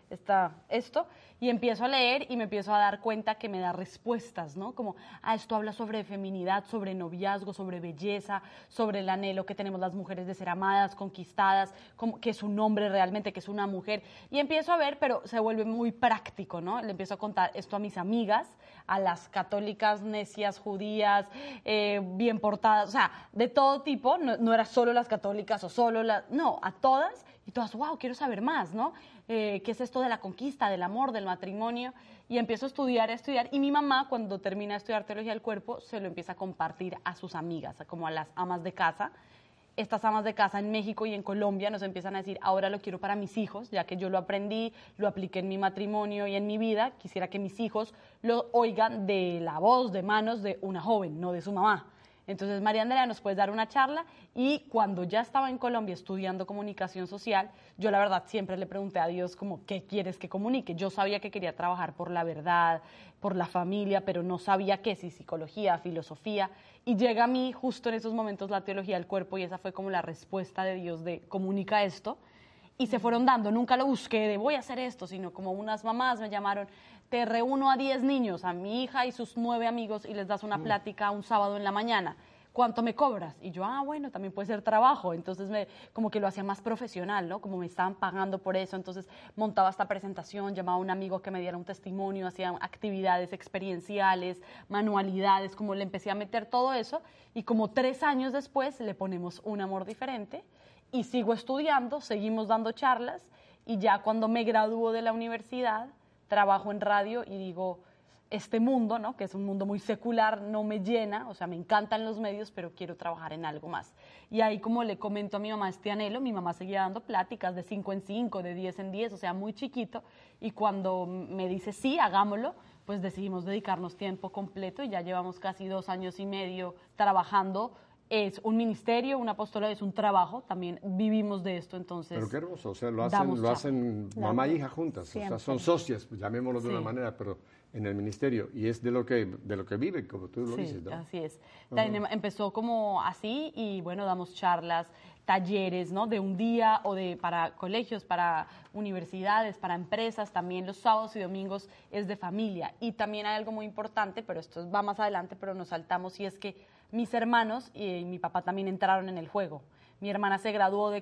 esto, y empiezo a leer y me empiezo a dar cuenta que me da respuestas, ¿no? Como, esto habla sobre feminidad, sobre noviazgo, sobre belleza, sobre el anhelo que tenemos las mujeres de ser amadas, conquistadas, como, que es un hombre realmente, que es una mujer, y empiezo a ver, pero se vuelve muy práctico, ¿no? Le empiezo a contar esto a mis amigas, a las católicas necias, judías, bien portadas, o sea, de todo tipo, no era solo las católicas o solo no, a todas, y todas, wow, quiero saber más, ¿no? ¿Qué es esto de la conquista, del amor, del matrimonio? Y empiezo a estudiar, y mi mamá, cuando termina de estudiar teología del cuerpo, se lo empieza a compartir a sus amigas, como a las amas de casa. Estas amas de casa en México y en Colombia nos empiezan a decir, ahora lo quiero para mis hijos, ya que yo lo aprendí, lo apliqué en mi matrimonio y en mi vida, quisiera que mis hijos lo oigan de la voz, de manos de una joven, no de su mamá. Entonces, María Andrea, nos puedes dar una charla, y cuando ya estaba en Colombia estudiando comunicación social, yo la verdad siempre le pregunté a Dios como, ¿qué quieres que comunique? Yo sabía que quería trabajar por la verdad, por la familia, pero no sabía qué, si psicología, filosofía, y llega a mí justo en esos momentos la teología del cuerpo, y esa fue como la respuesta de Dios de, comunica esto. y se fueron dando. Nunca lo busqué de voy a hacer esto, sino como unas mamás me llamaron, te reúno a 10 niños, a mi hija y sus 9 amigos y les das una plática un sábado en la mañana. ¿Cuánto me cobras? Y yo, bueno, también puede ser trabajo. Entonces, como que lo hacía más profesional, ¿no? Como me estaban pagando por eso. Entonces, montaba esta presentación, llamaba a un amigo que me diera un testimonio, hacía actividades experienciales, manualidades, como le empecé a meter todo eso. Y como 3 años después, le ponemos Un amor diferente. Y sigo estudiando, seguimos dando charlas. Y ya cuando me gradúo de la universidad, trabajo en radio y digo, este mundo, ¿no? Que es un mundo muy secular, no me llena, o sea, me encantan los medios, pero quiero trabajar en algo más. Y ahí, como le comento a mi mamá este anhelo, mi mamá seguía dando pláticas de 5 en 5, de 10 en 10, o sea, muy chiquito, y cuando me dice sí, hagámoslo, pues decidimos dedicarnos tiempo completo y ya llevamos casi 2 años y medio trabajando. Es un ministerio, un apostolado, es un trabajo, también vivimos de esto, entonces... Pero qué hermoso, o sea, lo hacen mamá e hija juntas, Siempre. o sea, son socias, pues, llamémoslo de Sí. una manera, pero en el ministerio, y es de lo que viven, como tú lo Sí, dices, ¿no? así es. Empezó como así y bueno, damos charlas, talleres, ¿no? De un día o para colegios, para universidades, para empresas. También los sábados y domingos es de familia. Y también hay algo muy importante, pero esto va más adelante, pero nos saltamos, y es que mis hermanos y mi papá también entraron en el juego. Mi hermana se graduó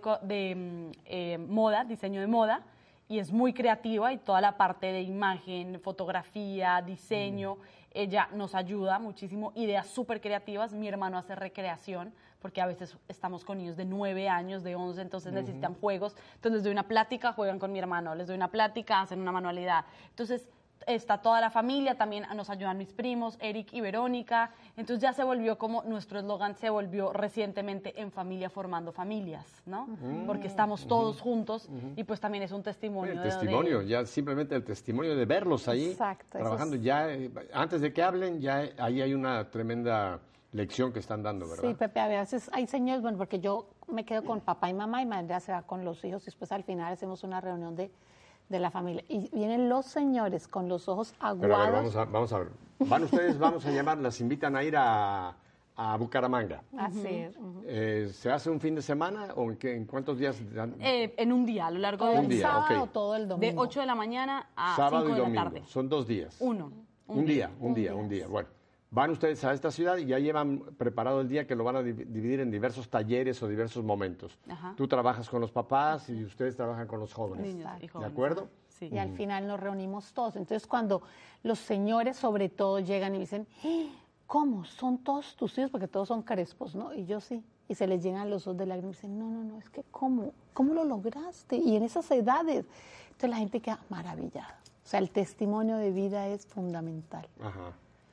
de moda, diseño de moda, y es muy creativa y toda la parte de imagen, fotografía, diseño, ella nos ayuda muchísimo, ideas súper creativas. Mi hermano hace recreación, porque a veces estamos con niños de 9 años, de 11, entonces necesitan juegos. Entonces les doy una plática, juegan con mi hermano, les doy una plática, hacen una manualidad. Entonces está toda la familia, también nos ayudan mis primos, Eric y Verónica. Entonces ya se volvió como nuestro eslogan, se volvió recientemente En familia formando familias, ¿no? Porque estamos todos juntos y pues también es un testimonio. El testimonio, ya simplemente el testimonio de verlos ahí Exacto, eso trabajando, es- ya antes de que hablen, ya ahí hay una tremenda lección que están dando, ¿verdad? Sí, Pepe, a veces hay señores, bueno, porque yo me quedo con papá y mamá y madre se va con los hijos y después al final hacemos una reunión de la familia. Y vienen los señores con los ojos Pero a ver, aguados. vamos a ver. Van ustedes, vamos a llamar, las invitan a ir a Bucaramanga. Así es. Ujú. ¿Se hace un fin de semana o en cuántos días? En un día, a lo largo Todo de un el día, sábado, ok. todo el domingo. de 8 de la mañana a Sábado 5 y de la domingo. tarde. Son 2 días. Un día. Bueno, van ustedes a esta ciudad y ya llevan preparado el día que lo van a dividir en diversos talleres o diversos momentos. Ajá. Tú trabajas con los papás y ustedes trabajan con los jóvenes. Niños y ¿De jóvenes. acuerdo? Sí. Y al final nos reunimos todos. Entonces, cuando los señores, sobre todo, llegan y dicen, ¿cómo? ¿Son todos tus hijos? Porque todos son crespos, ¿no? Y yo sí. Y se les llenan los ojos de lágrimas y dicen, no, es que ¿cómo? ¿Cómo lo lograste? Y en esas edades. Entonces la gente queda maravillada. O sea, el testimonio de vida es fundamental. Ajá.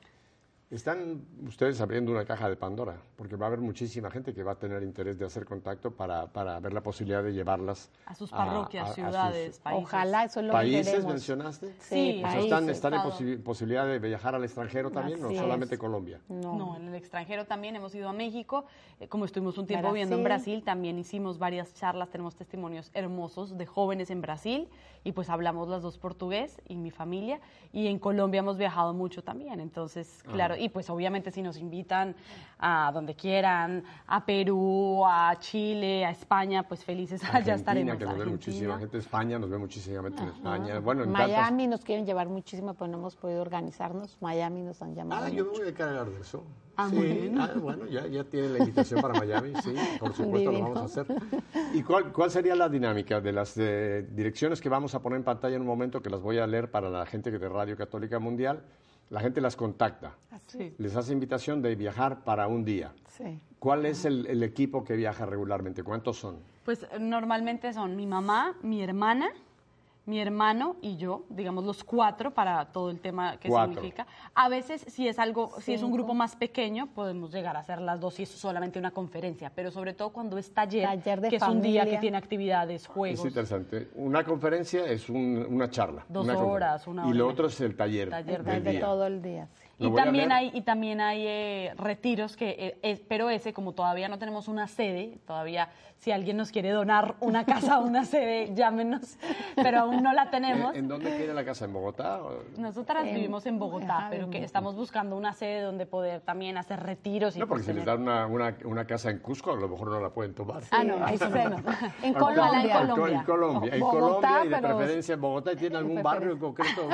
Están ustedes abriendo una caja de Pandora, porque va a haber muchísima gente que va a tener interés de hacer contacto para ver la posibilidad de llevarlas a sus parroquias, a ciudades, sus países. Ojalá eso es lo que países, queremos. ¿mencionaste? Sí, O sea, países. están en Estado. posibilidad de viajar al extranjero también, no Así solamente es. Colombia. No, en el extranjero también hemos ido a México, como estuvimos un tiempo viviendo en Brasil. Brasil, también hicimos varias charlas, tenemos testimonios hermosos de jóvenes en Brasil y pues hablamos las dos portugués y mi familia, y en Colombia hemos viajado mucho también, entonces claro, y pues obviamente si nos invitan a donde quieran, a Perú, a Chile, a España, pues felices allá Argentina, estaremos. que nos ve Argentina. muchísima gente, España nos ve muchísima gente en España. Bueno, en Miami nos quieren llevar muchísimo, pero no hemos podido organizarnos. Miami nos han llamado. yo me mucho. voy a encargar de eso. Ah, sí, muy bien. bueno, ya tienen la invitación para Miami, sí, por supuesto lo Divino. vamos a hacer. ¿Y cuál sería la dinámica de las direcciones que vamos a poner en pantalla en un momento, que las voy a leer para la gente que de Radio Católica Mundial? La gente las contacta, Así. Sí. les hace invitación de viajar para un día. Sí. ¿Cuál es el equipo que viaja regularmente? ¿Cuántos son? Pues normalmente son mi mamá, mi hermana, mi hermano y yo, digamos los 4 para todo el tema que 4. significa. A veces si es si es un grupo más pequeño, podemos llegar a hacer las 2 si es solamente una conferencia, pero sobre todo cuando es taller de que es un día que familia. tiene actividades, Es juegos. interesante. Una conferencia es una charla. 2 una conferencia. horas, una hora Y y lo media. otro es el taller, Taller del De día. todo el día. Sí. Lo voy a leer. Y también hay retiros pero ese, como todavía no tenemos una sede, todavía si alguien nos quiere donar una casa o una sede, llámenos, pero aún no la tenemos. ¿En dónde queda la casa? ¿En Bogotá? Nosotras vivimos en Bogotá, ajá, pero que estamos buscando una sede donde poder también hacer retiros. No, porque si les dan una casa en Cusco, a lo mejor no la pueden tomar. No, ahí sí no. En Colombia. En Colombia, en Bogotá, Colombia y de pero- preferencia en Bogotá. ¿Y tiene algún barrio en concreto?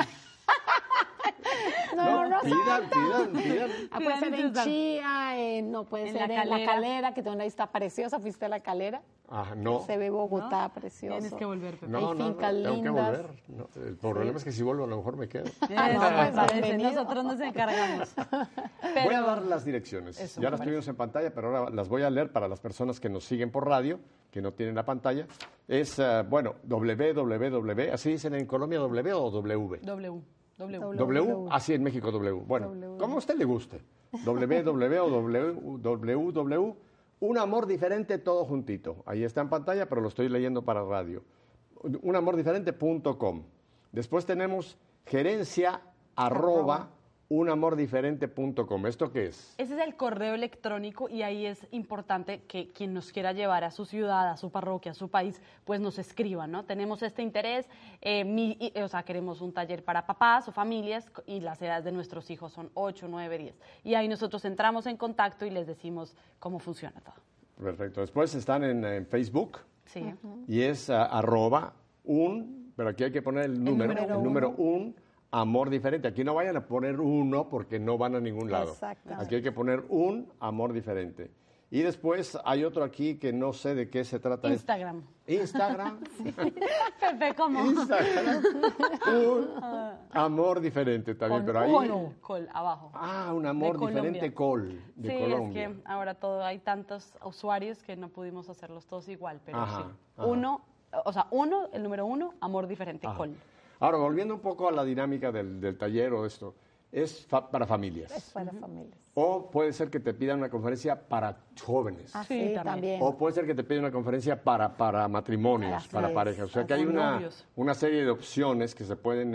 No, pidan. puede ser en Pidan. Chía, no puede En ser La en La Calera. Calera, que tiene una vista preciosa. ¿Fuiste a La Calera? No. Se ve Bogotá, ¿No? precioso. Tienes que volver, Pepe. Hay fincas tengo que lindas. volver. No, el problema es que si vuelvo a lo mejor me quedo. No, me parece, bienvenido. nosotros nos encargamos. Voy a dar las direcciones. Eso, Ya me las tuvimos en pantalla, pero ahora las voy a leer para las personas que nos siguen por radio, que no tienen la pantalla. Es, www, así dicen en Colombia, W o W. W, así en México W. Bueno, como a usted le guste. www, un amor diferente todo juntito. Ahí está en pantalla, pero lo estoy leyendo para radio. unamordiferente.com. Después tenemos gerencia @unamordiferente.com. ¿Esto qué es? Ese es el correo electrónico y ahí es importante que quien nos quiera llevar a su ciudad, a su parroquia, a su país, pues nos escriban, ¿no? Tenemos este interés, queremos un taller para papás o familias y las edades de nuestros hijos son 8, 9, 10. Y ahí nosotros entramos en contacto y les decimos cómo funciona todo. Perfecto. Después están en Facebook Sí. y es pero aquí hay que poner el número un amor diferente. Aquí no vayan a poner uno porque no van a ningún lado. Exactamente. Aquí hay que poner un amor diferente. Y después hay otro aquí que no sé de qué se trata. Instagram. Instagram. Pepe, ¿cómo? Instagram. Un amor diferente también, pero ahí. Col, abajo. Un amor De diferente Colombia. de Sí, Colombia. es que ahora hay tantos usuarios que no pudimos hacerlos todos igual, pero Ajá, sí. ajá. El número uno, amor diferente, Ajá. col. Ahora, volviendo un poco a la dinámica del taller o esto, es para familias. Es para familias. O puede ser que te pidan una conferencia para jóvenes. Sí, Sí, también. también. O puede ser que te pidan una conferencia para matrimonios, Así para es, parejas. O sea que hay así es. una serie de opciones que se pueden,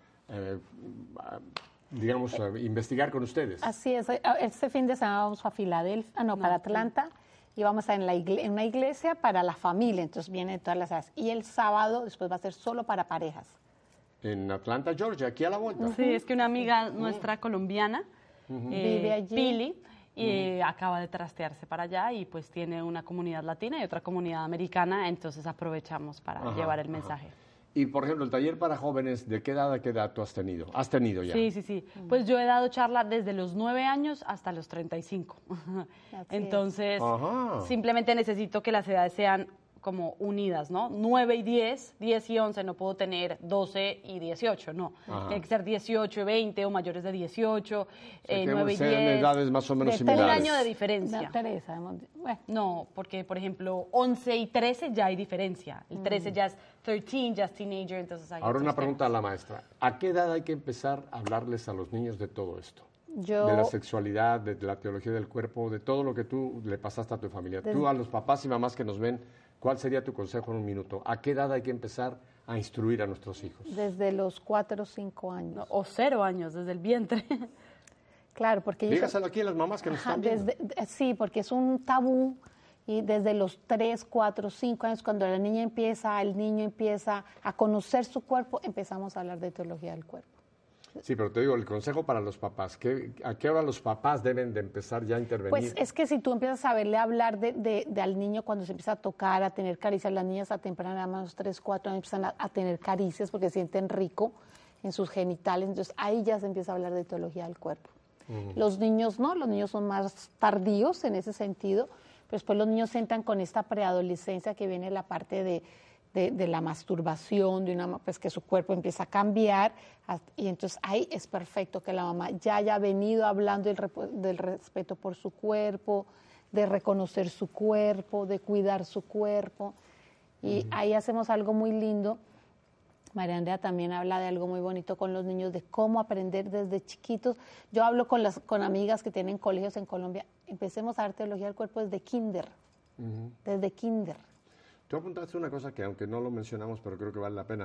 investigar con ustedes. Así es. Este fin de semana vamos a Filadelfia, para Atlanta, y vamos a en una iglesia para la familia, entonces vienen todas las edades. Y el sábado después va a ser solo para parejas. En Atlanta, Georgia, aquí a la vuelta. Sí, es que una amiga nuestra colombiana, Vive allí. Pili, acaba de trastearse para allá y pues tiene una comunidad latina y otra comunidad americana, entonces aprovechamos para llevar el mensaje. Y, por ejemplo, el taller para jóvenes, ¿de qué edad a qué edad tú has tenido? ¿Has tenido ya? Sí. Pues yo he dado charla desde los 9 años hasta los 35. es. Entonces, Ajá. simplemente necesito que las edades sean como unidas, ¿no? 9 y 10, 10 y 11, no puedo tener 12 y 18, no. Ajá. Tiene que ser 18 y 20 o mayores de 18, O sea, que 9 y sean 10. edades más o menos De Un similares. año de diferencia. No, Teresa, bueno, No, porque, por ejemplo, 11 y 13 ya hay diferencia. El 13 ya es 13, ya es teenager, entonces hay Ahora una otros pregunta a la maestra. ¿A qué edad hay que empezar a hablarles a los niños de todo esto? yo... De la sexualidad, de la teología del cuerpo, de todo lo que tú le pasaste a tu familia. Tú, a los papás y mamás que nos ven, ¿cuál sería tu consejo en un minuto? ¿A qué edad hay que empezar a instruir a nuestros hijos? Desde los 4 o 5 años. No, o 0 años, desde el vientre. Claro, porque ellos... Dígaselo aquí a las mamás que nos Ajá, están viendo. sí, porque es un tabú y desde los 3, 4, 5 años, cuando el niño empieza a conocer su cuerpo, empezamos a hablar de teología del cuerpo. Sí, pero te digo, el consejo para los papás, ¿a qué hora los papás deben de empezar ya a intervenir? Pues es que si tú empiezas a verle hablar al niño cuando se empieza a tocar, a tener caricias, las niñas a temprana edad, más 3, 4 años, empiezan a tener caricias porque sienten rico en sus genitales, entonces ahí ya se empieza a hablar de teología del cuerpo. Los niños no, los niños son más tardíos en ese sentido, pero después los niños entran con esta preadolescencia que viene la parte de la masturbación, pues que su cuerpo empieza a cambiar, y entonces ahí es perfecto que la mamá ya haya venido hablando del respeto por su cuerpo, de reconocer su cuerpo, de cuidar su cuerpo, y ahí hacemos algo muy lindo. María Andrea también habla de algo muy bonito con los niños, de cómo aprender desde chiquitos. Yo hablo con amigas que tienen colegios en Colombia, empecemos a dar teología del cuerpo desde kinder, desde kinder. Tú apuntaste una cosa que, aunque no lo mencionamos, pero creo que vale la pena.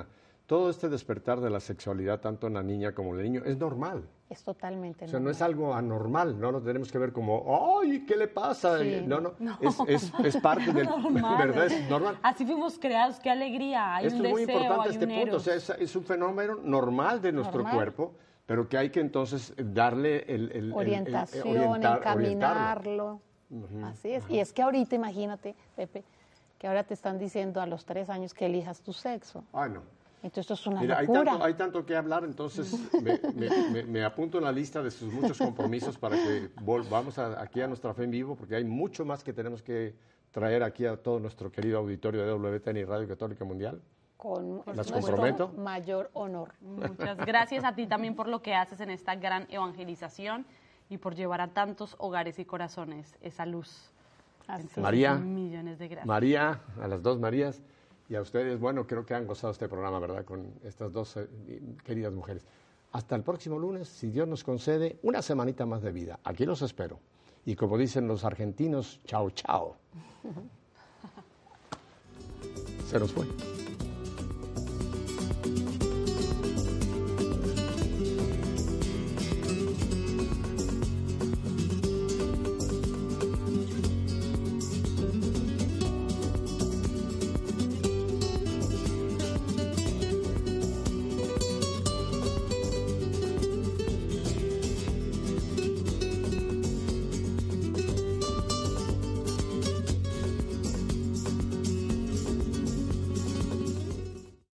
todo este despertar de la sexualidad, tanto en la niña como en el niño, es normal. Es totalmente O sea, normal. no es algo anormal, no lo tenemos que ver como, ¡ay, qué le pasa! Sí. No. Es parte del... Normal. ¿Verdad? Es normal. Así fuimos creados, qué alegría. Hay Esto un es muy deseo, importante, hay este un punto. O sea, eros. es un fenómeno normal de nuestro Normal. cuerpo, pero que hay que entonces darle el Orientación, orientarlo. encaminarlo. Así es. Y es que ahorita, imagínate, Pepe, que ahora te están diciendo a los 3 años que elijas tu sexo. Ay, no. Entonces esto es una Mira, locura. hay tanto que hablar, entonces me apunto en la lista de sus muchos compromisos para que volvamos aquí a nuestra fe en vivo, porque hay mucho más que tenemos que traer aquí a todo nuestro querido auditorio de WTN y Radio Católica Mundial. Con Las nuestro comprometo. mayor honor. Muchas gracias a ti también por lo que haces en esta gran evangelización y por llevar a tantos hogares y corazones esa luz. Así Entonces, María, millones de gracias. María, a las dos Marías y a ustedes, bueno, creo que han gozado este programa, ¿verdad? Con estas dos queridas mujeres. Hasta el próximo lunes, si Dios nos concede, una semanita más de vida. Aquí los espero. Y como dicen los argentinos, chao, chao. Se nos fue.